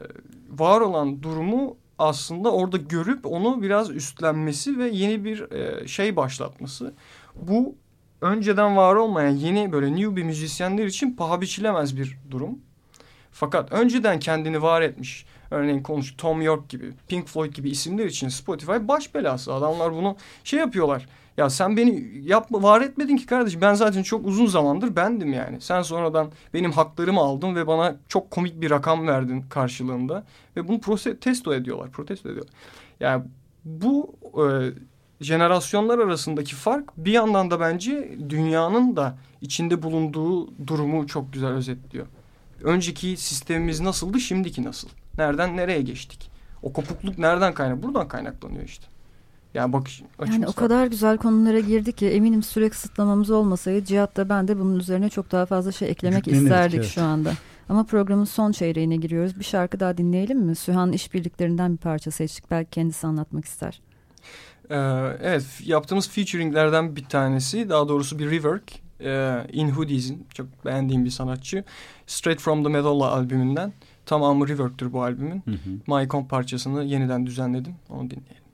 [SPEAKER 3] var olan durumu aslında orada görüp onu biraz üstlenmesi ve yeni bir e, şey başlatması. Bu önceden var olmayan yeni böyle newbie müzisyenler için paha biçilemez bir durum. Fakat önceden kendini var etmiş, örneğin konuş Tom York gibi, Pink Floyd gibi isimler için Spotify baş belası. Adamlar bunu şey yapıyorlar. Ya sen beni yapma, var etmedin ki kardeşim. Ben zaten çok uzun zamandır bendim yani. Sen sonradan benim haklarımı aldın ve bana çok komik bir rakam verdin karşılığında. Ve bunu protesto ediyorlar. Protesto ediyorlar. Yani bu e, jenerasyonlar arasındaki fark bir yandan da bence dünyanın da içinde bulunduğu durumu çok güzel özetliyor. Önceki sistemimiz nasıldı, şimdiki nasıl? Nereden nereye geçtik? O kopukluk nereden kaynaklanıyor? Buradan kaynaklanıyor işte. Yani bakış
[SPEAKER 1] yani o kadar güzel konulara girdi ki eminim süre kısıtlamamız olmasaydı Cihat da ben de bunun üzerine çok daha fazla şey eklemek Yüklenir, isterdik evet. Şu anda. Ama programın son çeyreğine giriyoruz. Bir şarkı daha dinleyelim mi? Sühan işbirliklerinden bir parça seçtik. Belki kendisi anlatmak ister.
[SPEAKER 3] Ee, evet, yaptığımız featuringlerden bir tanesi, daha doğrusu bir rework. Ee, In Hoodies'in çok beğendiğim bir sanatçı. Straight From The Medolla albümünden. Tamamı rework'tür bu albümün. Hı hı. My Comp parçasını yeniden düzenledim. Onu dinleyelim.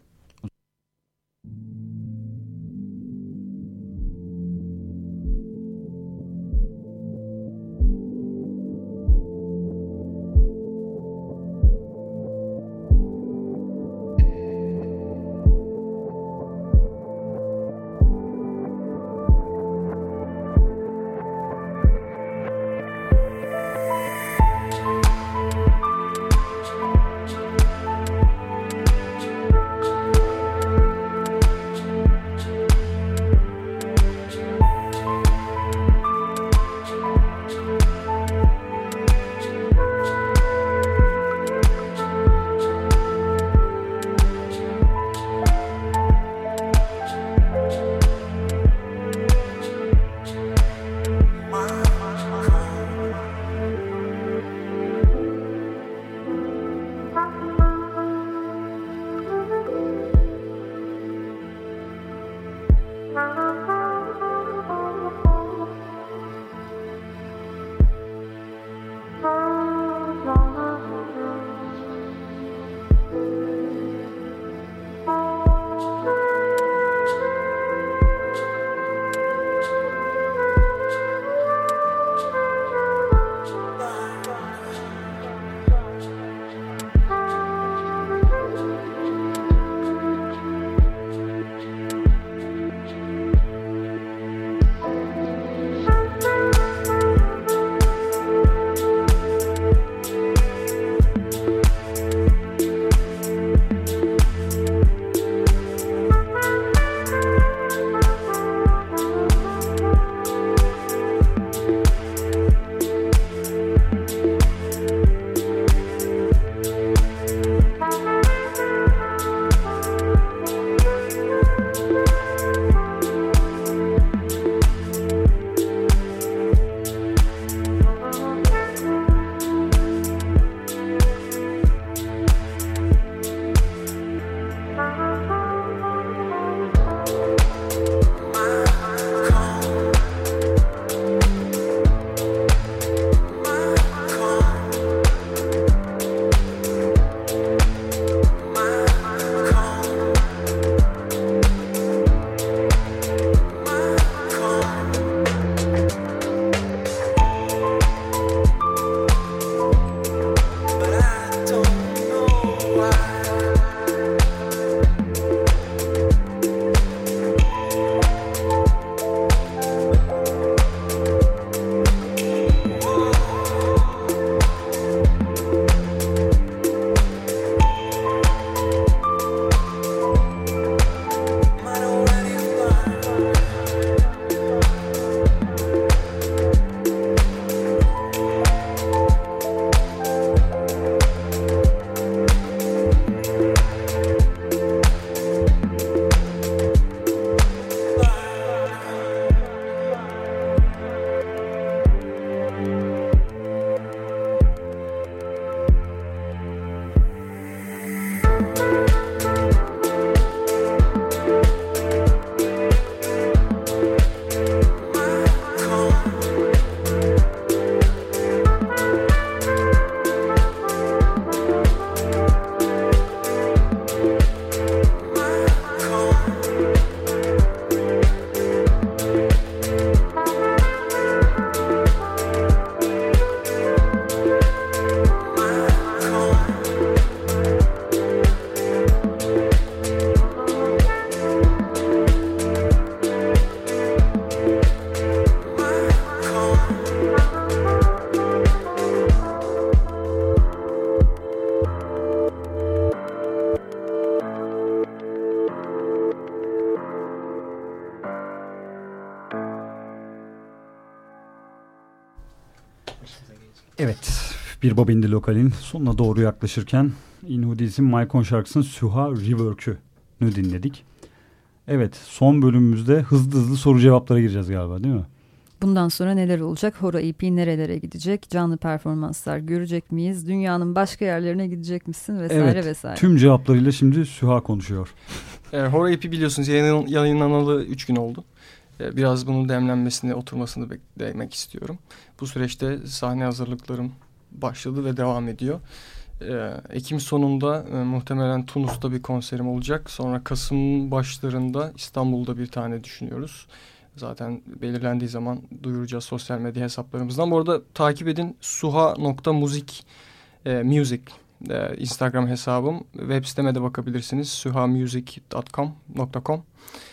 [SPEAKER 2] Evet, bir Bobindi Lokal'in sonuna doğru yaklaşırken Inhoodies'in Maicon şarkısının Suha Rework'ünü dinledik. Evet, son bölümümüzde hızlı hızlı soru cevaplara gireceğiz galiba, değil mi?
[SPEAKER 1] Bundan sonra neler olacak? Hora E P nerelere gidecek? Canlı performanslar görecek miyiz? Dünyanın başka yerlerine gidecek misin? Vesaire
[SPEAKER 2] evet,
[SPEAKER 1] vesaire.
[SPEAKER 2] Tüm cevaplarıyla şimdi Suha konuşuyor.
[SPEAKER 3] E, Hora E P biliyorsunuz yayın, yayınlanalı üç gün oldu. E, biraz bunun demlenmesini, oturmasını beklemek istiyorum. Bu süreçte sahne hazırlıklarım başladı ve devam ediyor. E, Ekim sonunda e, muhtemelen Tunus'ta bir konserim olacak. Sonra Kasım başlarında İstanbul'da bir tane düşünüyoruz. Zaten belirlendiği zaman duyuracağız sosyal medya hesaplarımızdan. Bu arada takip edin suha nokta muzik e, music e, Instagram hesabım. Web siteme de bakabilirsiniz. suha music nokta com.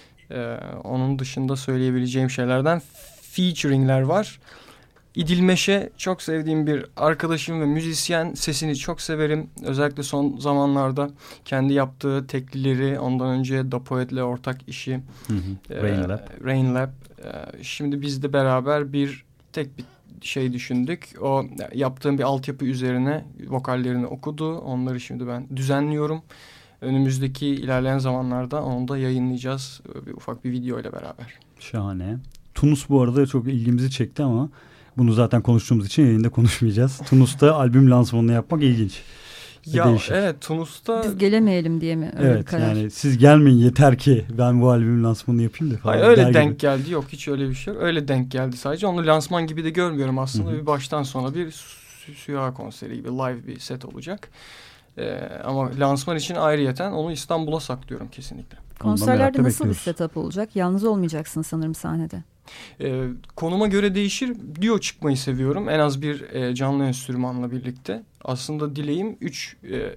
[SPEAKER 3] E, onun dışında söyleyebileceğim şeylerden featuringler var. İdil Meşe çok sevdiğim bir arkadaşım ve müzisyen. Sesini çok severim. Özellikle son zamanlarda kendi yaptığı teklileri, ondan önce Da Poet'le ortak işi.
[SPEAKER 2] Hı hı.
[SPEAKER 3] E,
[SPEAKER 2] Rain Lab.
[SPEAKER 3] Rain Lab. E, şimdi biz de beraber bir tek bir şey düşündük. O yaptığım bir altyapı üzerine vokallerini okudu. Onları şimdi ben düzenliyorum. Önümüzdeki ilerleyen zamanlarda onu da yayınlayacağız. Bir, ufak bir video ile beraber.
[SPEAKER 2] Şahane. Tunus bu arada çok ilgimizi çekti ama bunu zaten konuştuğumuz için yayında konuşmayacağız. Tunus'ta albüm lansmanını yapmak ilginç.
[SPEAKER 3] Ya
[SPEAKER 2] değişik.
[SPEAKER 3] Evet, Tunus'ta...
[SPEAKER 1] Biz gelemeyelim diye mi öyle
[SPEAKER 2] evet,
[SPEAKER 1] bir karar?
[SPEAKER 2] yani siz gelmeyin yeter ki ben bu albüm lansmanını yapayım da falan.
[SPEAKER 3] Hayır, öyle denk
[SPEAKER 2] gibi.
[SPEAKER 3] geldi. Yok, hiç öyle bir şey yok. Öyle denk geldi sadece. Onu lansman gibi de görmüyorum aslında.
[SPEAKER 2] Hı-hı.
[SPEAKER 3] Bir baştan sona bir Suha konseri gibi live bir set olacak. Ee, ama lansman için ayrıyeten onu İstanbul'a saklıyorum kesinlikle.
[SPEAKER 1] Konserlerde nasıl bir setup olacak? Yalnız olmayacaksın sanırım sahnede.
[SPEAKER 3] Ee, konuma göre değişir. Duo çıkmayı seviyorum. En az bir e, canlı enstrümanla birlikte. Aslında dileğim üç e,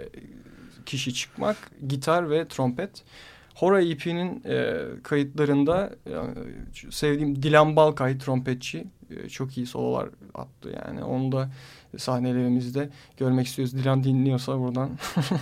[SPEAKER 3] kişi çıkmak. Gitar ve trompet. Hora E P'nin e, kayıtlarında e, sevdiğim Dilan Balkay trompetçi. E, çok iyi sololar attı yani. Onu da sahnelerimizde görmek istiyoruz. Dilan dinliyorsa buradan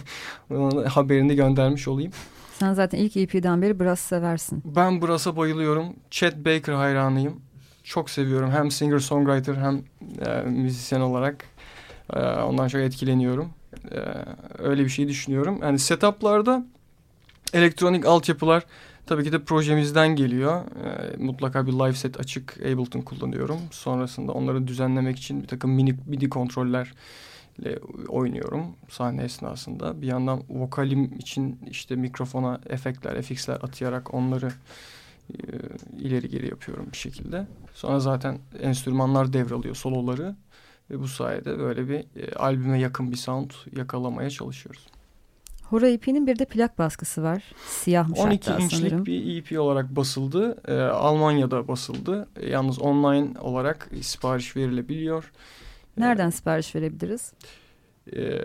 [SPEAKER 3] haberini göndermiş olayım.
[SPEAKER 1] Sen zaten ilk E P'den beri brass seversin.
[SPEAKER 3] Ben brass'a bayılıyorum. Chet Baker hayranıyım. Çok seviyorum. Hem singer-songwriter hem e, müzisyen olarak. E, ondan çok etkileniyorum. E, öyle bir şey düşünüyorum. Yani setup'larda elektronik altyapılar tabii ki de projemizden geliyor. E, mutlaka bir live set açık Ableton kullanıyorum. Sonrasında onları düzenlemek için bir takım mini, midi kontroller ile oynuyorum sahne esnasında. Bir yandan vokalim için işte mikrofona efektler, F X'ler atayarak onları e, ileri geri yapıyorum bir şekilde. Sonra zaten enstrümanlar devralıyor soloları ve bu sayede böyle bir e, albüme yakın bir sound yakalamaya çalışıyoruz.
[SPEAKER 1] Hora E P'nin bir de plak baskısı var. Siyahmış
[SPEAKER 3] on iki
[SPEAKER 1] hatta
[SPEAKER 3] inçlik
[SPEAKER 1] sanırım.
[SPEAKER 3] bir E P olarak basıldı. E, Almanya'da basıldı. E, yalnız online olarak sipariş verilebiliyor.
[SPEAKER 1] Nereden sipariş verebiliriz?
[SPEAKER 3] E,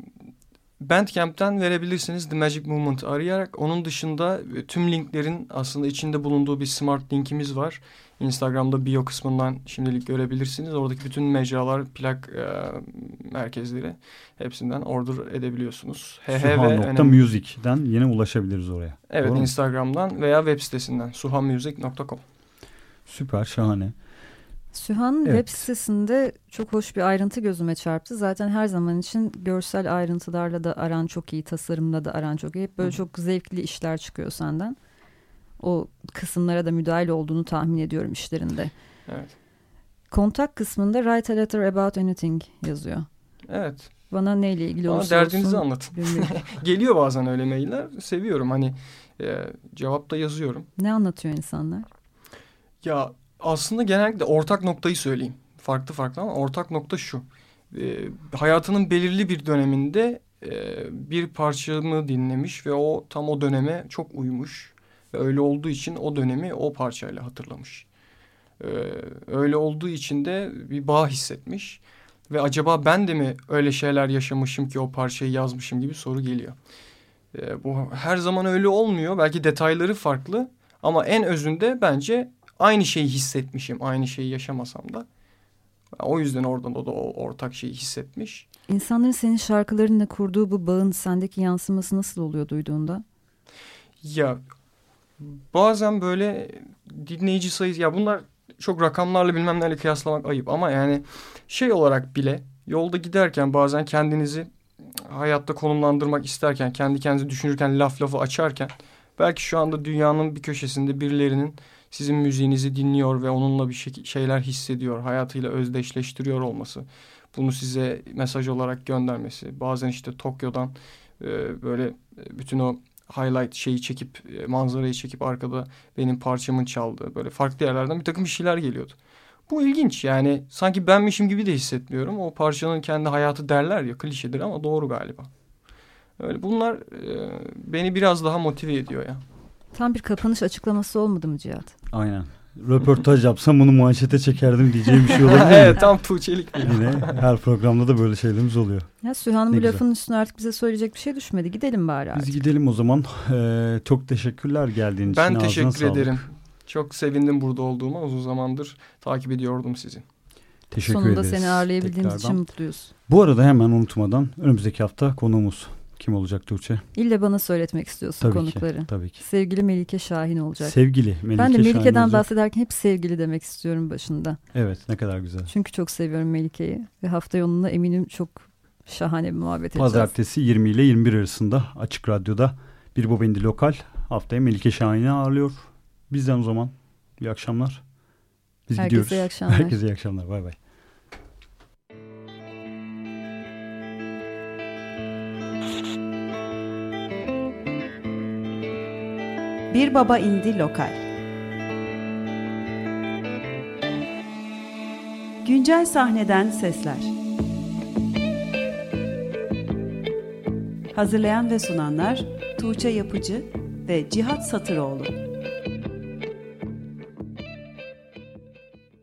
[SPEAKER 3] Bandcamp'ten verebilirsiniz The Magic Movement arayarak. Onun dışında tüm linklerin aslında içinde bulunduğu bir smart linkimiz var. Instagram'da bio kısmından şimdilik görebilirsiniz. Oradaki bütün mecralar, plak e, merkezleri hepsinden order edebiliyorsunuz.
[SPEAKER 2] suha nokta music'den yine ulaşabiliriz oraya.
[SPEAKER 3] Evet,
[SPEAKER 2] doğru
[SPEAKER 3] Instagram'dan veya web sitesinden suha music nokta com.
[SPEAKER 2] Süper, şahane.
[SPEAKER 1] Süha'nın
[SPEAKER 2] evet.
[SPEAKER 1] web sitesinde çok hoş bir ayrıntı gözüme çarptı. Zaten her zaman için görsel ayrıntılarla da aran çok iyi, tasarımla da aran çok iyi. Hep böyle Hı. çok zevkli işler çıkıyor senden. O kısımlara da müdahil olduğunu tahmin ediyorum işlerinde.
[SPEAKER 3] Evet.
[SPEAKER 1] Kontak kısmında write a letter about anything yazıyor.
[SPEAKER 3] Evet.
[SPEAKER 1] Bana neyle ilgili
[SPEAKER 3] Bana
[SPEAKER 1] olursa
[SPEAKER 3] derdinizi
[SPEAKER 1] olsun.
[SPEAKER 3] anlatın. Geliyor bazen öyle mailler. Seviyorum hani e, cevap da yazıyorum.
[SPEAKER 1] Ne anlatıyor insanlar?
[SPEAKER 3] Ya aslında genellikle ortak noktayı söyleyeyim. Farklı farklı ama ortak nokta şu. E, hayatının belirli bir döneminde e, bir parçamı dinlemiş ve o tam o döneme çok uymuş. Ve öyle olduğu için o dönemi o parçayla hatırlamış. E, öyle olduğu için de bir bağ hissetmiş. Ve acaba ben de mi öyle şeyler yaşamışım ki o parçayı yazmışım gibi soru geliyor. E, bu her zaman öyle olmuyor. Belki detayları farklı ama en özünde bence aynı şeyi hissetmişim. Aynı şeyi yaşamasam da. O yüzden oradan o da o ortak şeyi hissetmiş.
[SPEAKER 1] İnsanların senin şarkılarınla kurduğu bu bağın sendeki yansıması nasıl oluyor duyduğunda?
[SPEAKER 3] Ya bazen böyle dinleyici sayısı, ya bunlar çok rakamlarla bilmem neyle kıyaslamak ayıp ama yani şey olarak bile yolda giderken bazen kendinizi hayatta konumlandırmak isterken, kendi kendinizi düşünürken, laf lafı açarken belki şu anda dünyanın bir köşesinde birilerinin sizin müziğinizi dinliyor ve onunla bir şey, şeyler hissediyor, hayatıyla özdeşleştiriyor olması, bunu size mesaj olarak göndermesi, bazen işte Tokyo'dan e, böyle bütün o highlight şeyi çekip, e, manzarayı çekip arkada benim parçamın çaldığı böyle farklı yerlerden bir takım bir şeyler geliyordu. Bu ilginç, yani sanki benmişim gibi de hissetmiyorum. O parçanın kendi hayatı derler ya, klişedir ama doğru galiba. Öyle bunlar e, beni biraz daha motive ediyor ya.
[SPEAKER 1] Tam bir kapanış açıklaması olmadı mı Cihat?
[SPEAKER 2] Aynen. Röportaj yapsam bunu manşete çekerdim diyeceğim bir şey olabilir mi?
[SPEAKER 3] Evet, tam Tuğçelik.
[SPEAKER 2] Yine her programda da böyle şeylerimiz oluyor.
[SPEAKER 1] Ya Sühan'ın
[SPEAKER 2] Ne
[SPEAKER 1] bu
[SPEAKER 2] güzel.
[SPEAKER 1] lafının üstüne artık bize söyleyecek bir şey düşmedi. Gidelim bari artık.
[SPEAKER 2] Biz gidelim o zaman. Ee, çok teşekkürler geldiğin için.
[SPEAKER 3] Ben
[SPEAKER 2] Ağzına
[SPEAKER 3] teşekkür
[SPEAKER 2] sağlık.
[SPEAKER 3] ederim. Çok sevindim burada olduğuma. Uzun zamandır takip ediyordum sizi.
[SPEAKER 2] Teşekkür
[SPEAKER 1] Sonunda
[SPEAKER 2] ederiz.
[SPEAKER 1] seni ağırlayabildiğimiz
[SPEAKER 2] tekrardan.
[SPEAKER 1] için mutluyuz.
[SPEAKER 2] Bu arada hemen unutmadan önümüzdeki hafta konuğumuz kim olacak Tuğçe?
[SPEAKER 1] İlle bana söyletmek istiyorsun
[SPEAKER 2] Tabii
[SPEAKER 1] konukları.
[SPEAKER 2] ki. Tabii ki.
[SPEAKER 1] Sevgili Melike Şahin olacak.
[SPEAKER 2] Sevgili Melike
[SPEAKER 1] ben de
[SPEAKER 2] Şahin
[SPEAKER 1] Melike'den
[SPEAKER 2] olacak.
[SPEAKER 1] bahsederken hep sevgili demek istiyorum başında.
[SPEAKER 2] Evet, ne kadar güzel.
[SPEAKER 1] Çünkü çok seviyorum Melike'yi. Ve hafta sonunda eminim çok şahane bir muhabbet edeceğiz.
[SPEAKER 2] Pazartesi yirmi ile yirmi bir arasında Açık Radyo'da Bir Bobendi Lokal haftaya Melike Şahin'i ağırlıyor. Bizden o zaman iyi akşamlar. Biz
[SPEAKER 1] Herkese
[SPEAKER 2] gidiyoruz.
[SPEAKER 1] iyi akşamlar.
[SPEAKER 2] Herkese iyi akşamlar. Bay bay.
[SPEAKER 6] Bir Baba İndi Lokal. Güncel sahneden sesler. Hazırlayan ve sunanlar Tuğçe Yapıcı ve Cihat Satıroğlu.